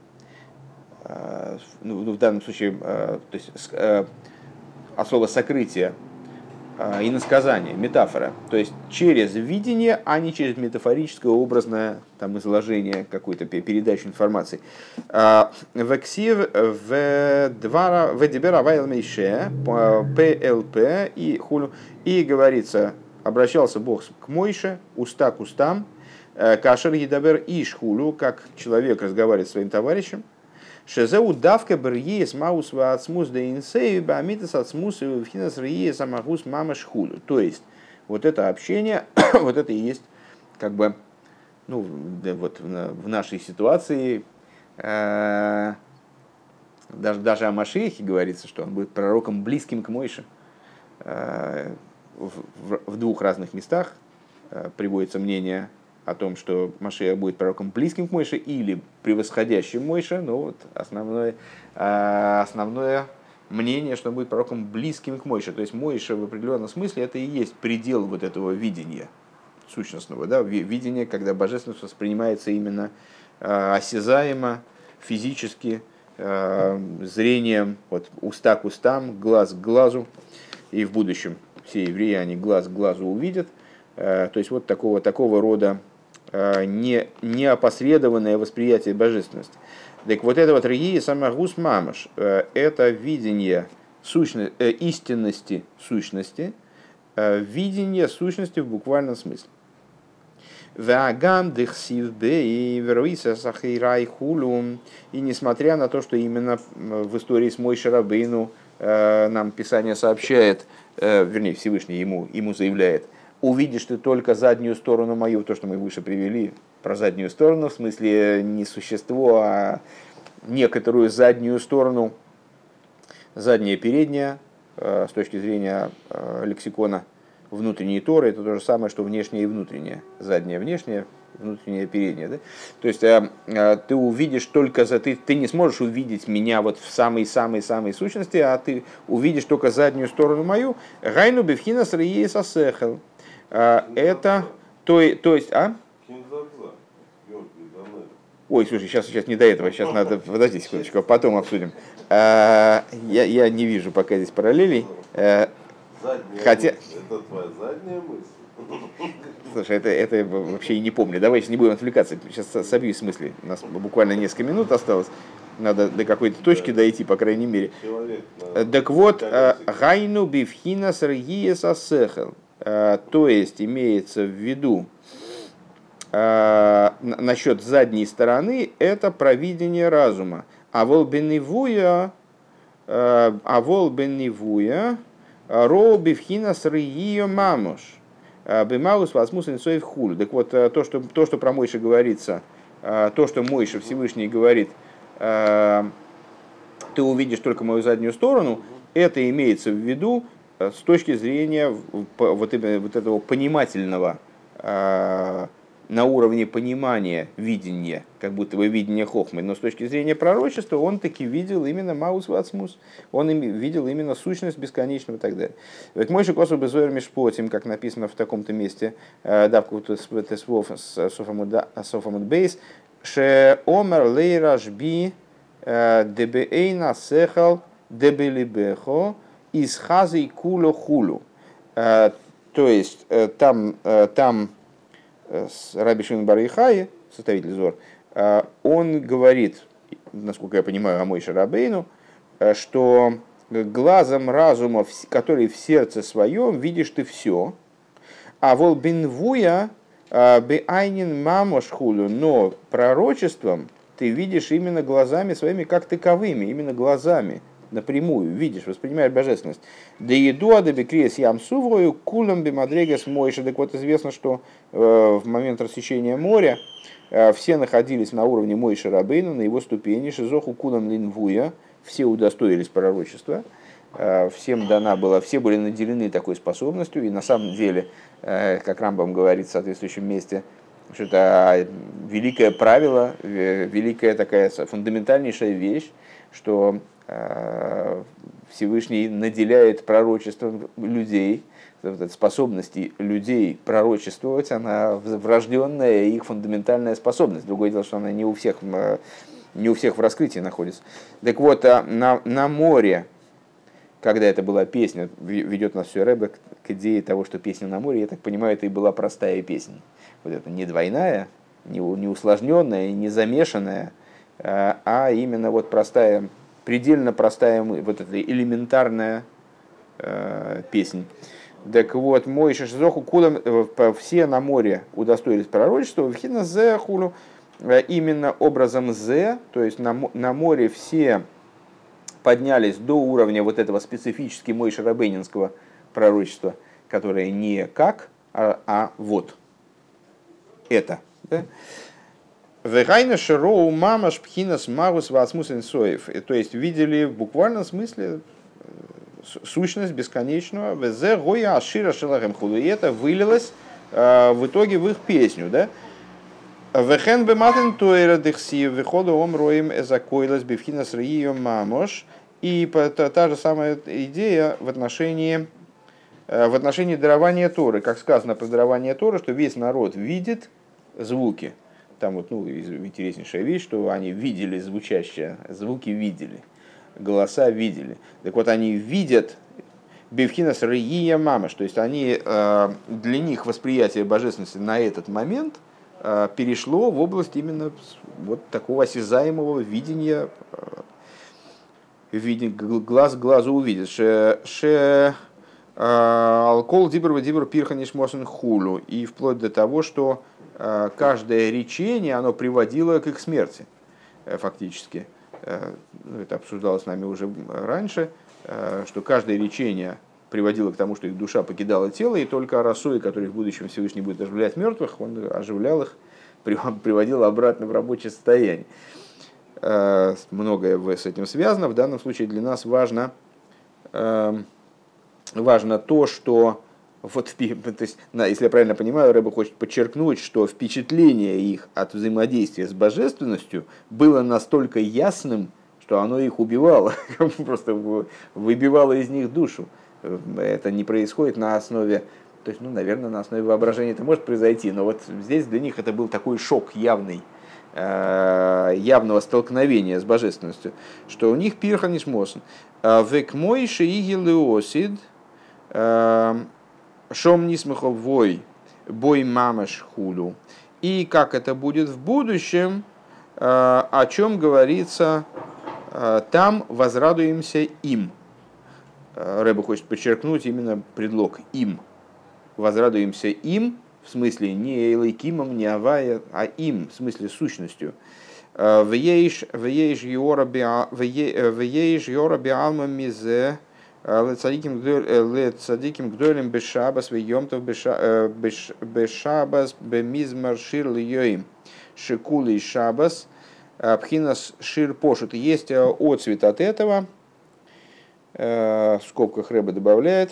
ну, в данном случае, то есть, от слова сокрытие, иносказание, метафора. То есть через видение, а не через метафорическое образное там, изложение, какой-то передачу информации. Вексив в дебера вайл мейше ПЛП и хулю. И говорится, обращался Бог к Мойше, уста к устам, кашер едабер иш хулю, как человек разговаривает с своим товарищем. Шезеу давка берьес маус ваацмус де инсею бамитас ацмус и вхинас риес амагус мамаш хулю. То есть вот это общение, вот это и есть как бы, ну, вот в нашей ситуации даже о Машиахе говорится, что он будет пророком близким к Мойше. В двух разных местах приводится мнение о том, что Машиах будет пророком близким к Мойше или превосходящим Мойше, но вот основное мнение, что он будет пророком близким к Мойше. То есть Мойше в определенном смысле это и есть предел вот этого видения сущностного, да, видение, когда божественность воспринимается именно осязаемо, физически, зрением, вот, уста к устам, глаз к глазу, и в будущем все евреи, они глаз к глазу увидят. То есть вот такого рода неопосредованное восприятие божественности. Так вот это вот регия самагус мамаш, это видение истинности сущности, видение сущности в буквальном смысле. И несмотря на то, что именно в истории с Мойше Рабейну нам Писание сообщает, вернее, Всевышний ему заявляет: увидишь ты только заднюю сторону мою, то, что мы выше привели, про заднюю сторону, в смысле не существо, а некоторую заднюю сторону, задняя и передняя, с точки зрения лексикона внутренней Торы, это то же самое, что внешнее и внутреннее, заднее, внешнее, внутреннее, переднее. Да? То есть ты увидишь только ты не сможешь увидеть меня вот в самой-самой-самой сущности, а ты увидишь только заднюю сторону мою. Гайну бифхинас риес асехел. Это, то есть, Ой, слушай, сейчас не до этого, сейчас надо, подожди секундочку, потом обсудим. Я не вижу пока здесь параллелей. Хотя...
Это твоя задняя мысль.
Слушай, это вообще и не помню. Давай сейчас не будем отвлекаться. Сейчас собьюсь с мысли. У нас буквально несколько минут осталось. Надо до какой-то точки дойти, по крайней мере. Так вот, гайну бифхина саргиес асехел. То есть имеется в виду насчет задней стороны, это провидение разума. Авол беннивуя роу бифхина срыио мамош. Бемаус возмусен соев хуль. Так вот, то, что про Мойше говорится, то, что Мойше Всевышний говорит, ты увидишь только мою заднюю сторону, это имеется в виду с точки зрения вот этого понимательного, на уровне понимания, видения, как будто бы видения хохмы, но с точки зрения пророчества он таки видел именно маус вацмус, он видел именно сущность бесконечного и так далее. Вот Мойше косу безойр мишпотим, как написано в таком-то месте, давку тесвов софамуд бейс, ше омер лейрашби дебеэйна сехал дебелибехо из хазы куло хулу. То есть там Раби Шимон бар Йохай, составитель Зор, он говорит, насколько я понимаю, о Мойше Рабейну, что глазом разума, который в сердце своем, видишь ты все, а вол бинвуя беайнин мамошхулю, но пророчеством ты видишь именно глазами своими как таковыми, именно глазами, напрямую видишь, воспринимаешь божественность. Да еду адабекриес ям суврою кулам бимадрегас Мойше. Так вот известно, что в момент рассечения моря все находились на уровне Мойше Рабейну, на его ступени, шизоху кулам линвуя, все удостоились пророчества, всем дана была, все были наделены такой способностью, и на самом деле, как Рамбам говорит в соответствующем месте, что это великое правило, великая такая фундаментальнейшая вещь, что Всевышний наделяет пророчеством людей, способности людей пророчествовать, она врожденная, их фундаментальная способность. Другое дело, что она не у всех в раскрытии находится. Так вот, на море, когда это была песня, ведет нас все Ребе к идее того, что песня на море, я так понимаю, это и была простая песня. Вот это не двойная, не усложненная, не замешанная, а именно вот простая, предельно простая, вот эта элементарная песня. Так вот, Мойше шизоху кулам, все на море удостоились пророчества, вхина зе хулу, именно образом зе, то есть на море все поднялись до уровня вот этого специфически Мойше Рабейнинского пророчества, которое не как, а вот. Это. Вегайна широу мамаш пхинас магус васмусен соев. То есть видели в буквальном смысле сущность бесконечного. Везе гоя ашира шелахем худу. И это вылилось в итоге в их песню. Да? Вехен бематен туэра дехси выходу омроем эзакойлас бифхинас рием мамош. И та же самая идея в отношении дарования Торы. Как сказано про дарование Торы, что весь народ видит звуки. Там вот, интереснейшая вещь, что они видели звучащие, звуки видели, голоса видели. Так вот, они видят бифхинас рием мамош. То есть для них восприятие божественности на этот момент перешло в область именно вот такого осязаемого видения, глаз к глазу увидит. Алкол дибр пирханиш мосен хулу. И вплоть до того, что каждое речение, оно приводило к их смерти, фактически. Это обсуждалось с нами уже раньше, что каждое речение приводило к тому, что их душа покидала тело, и только Арасой, который в будущем Всевышний будет оживлять мертвых, он оживлял их, приводил обратно в рабочее состояние. Многое с этим связано. В данном случае для нас важно то, что, вот, то есть, если я правильно понимаю, Рэбе хочет подчеркнуть, что впечатление их от взаимодействия с божественностью было настолько ясным, что оно их убивало, просто выбивало из них душу. Это не происходит на основе, то есть, наверное, на основе воображения это может произойти, но вот здесь для них это был такой шок явный, явного столкновения с божественностью, что у них пирханиш мосен. Век мой шеиги леосид шом нисмехов вой бой мамаш хулю. И как это будет в будущем, о чем говорится, там возрадуемся им. Рэбе хочет подчеркнуть именно предлог им. Возрадуемся им, в смысле не Эйлайкимом, не Авая, а им, в смысле сущностью. Вееш йора биалма мизе лецадиким гдолем бешабас веемтов бешабас бемизмар шир льёим шикулей шабас пхинас шир пошут. Есть отцвет от этого, в скобках Рэбе добавляет.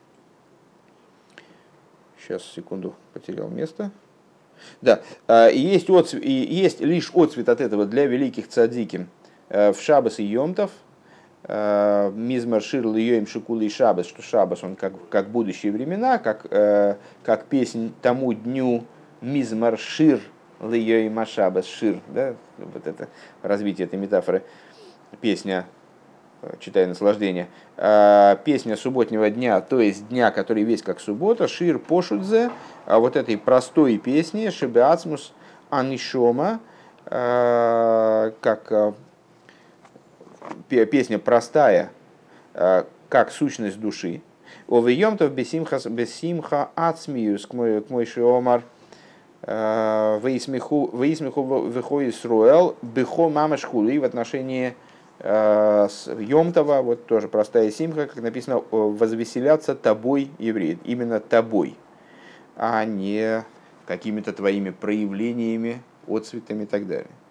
Сейчас, секунду, потерял место. Да, и есть лишь отцвет от этого для великих цадиким в Шабас и Йомтов. Мизмар шир льёим шикулей шабас, что Шабас он как будущие времена, как песнь тому дню мизмар шир льёим шабас шир, да, вот это развитие этой метафоры, песня, читай наслаждение, песня субботнего дня, то есть дня, который весь как суббота, шир пошудзе, вот этой простой песни, шибеацмус анишома, как песня простая, как сущность души. Овейомтов бесимха ацмиюс к мой шиомар выисмиху выходит сруэл бехо мамаш хули в отношении Йомтова, вот тоже простая симха, как написано, возвеселяться тобой, еврей, именно тобой, а не какими-то твоими проявлениями, отцветами и так далее.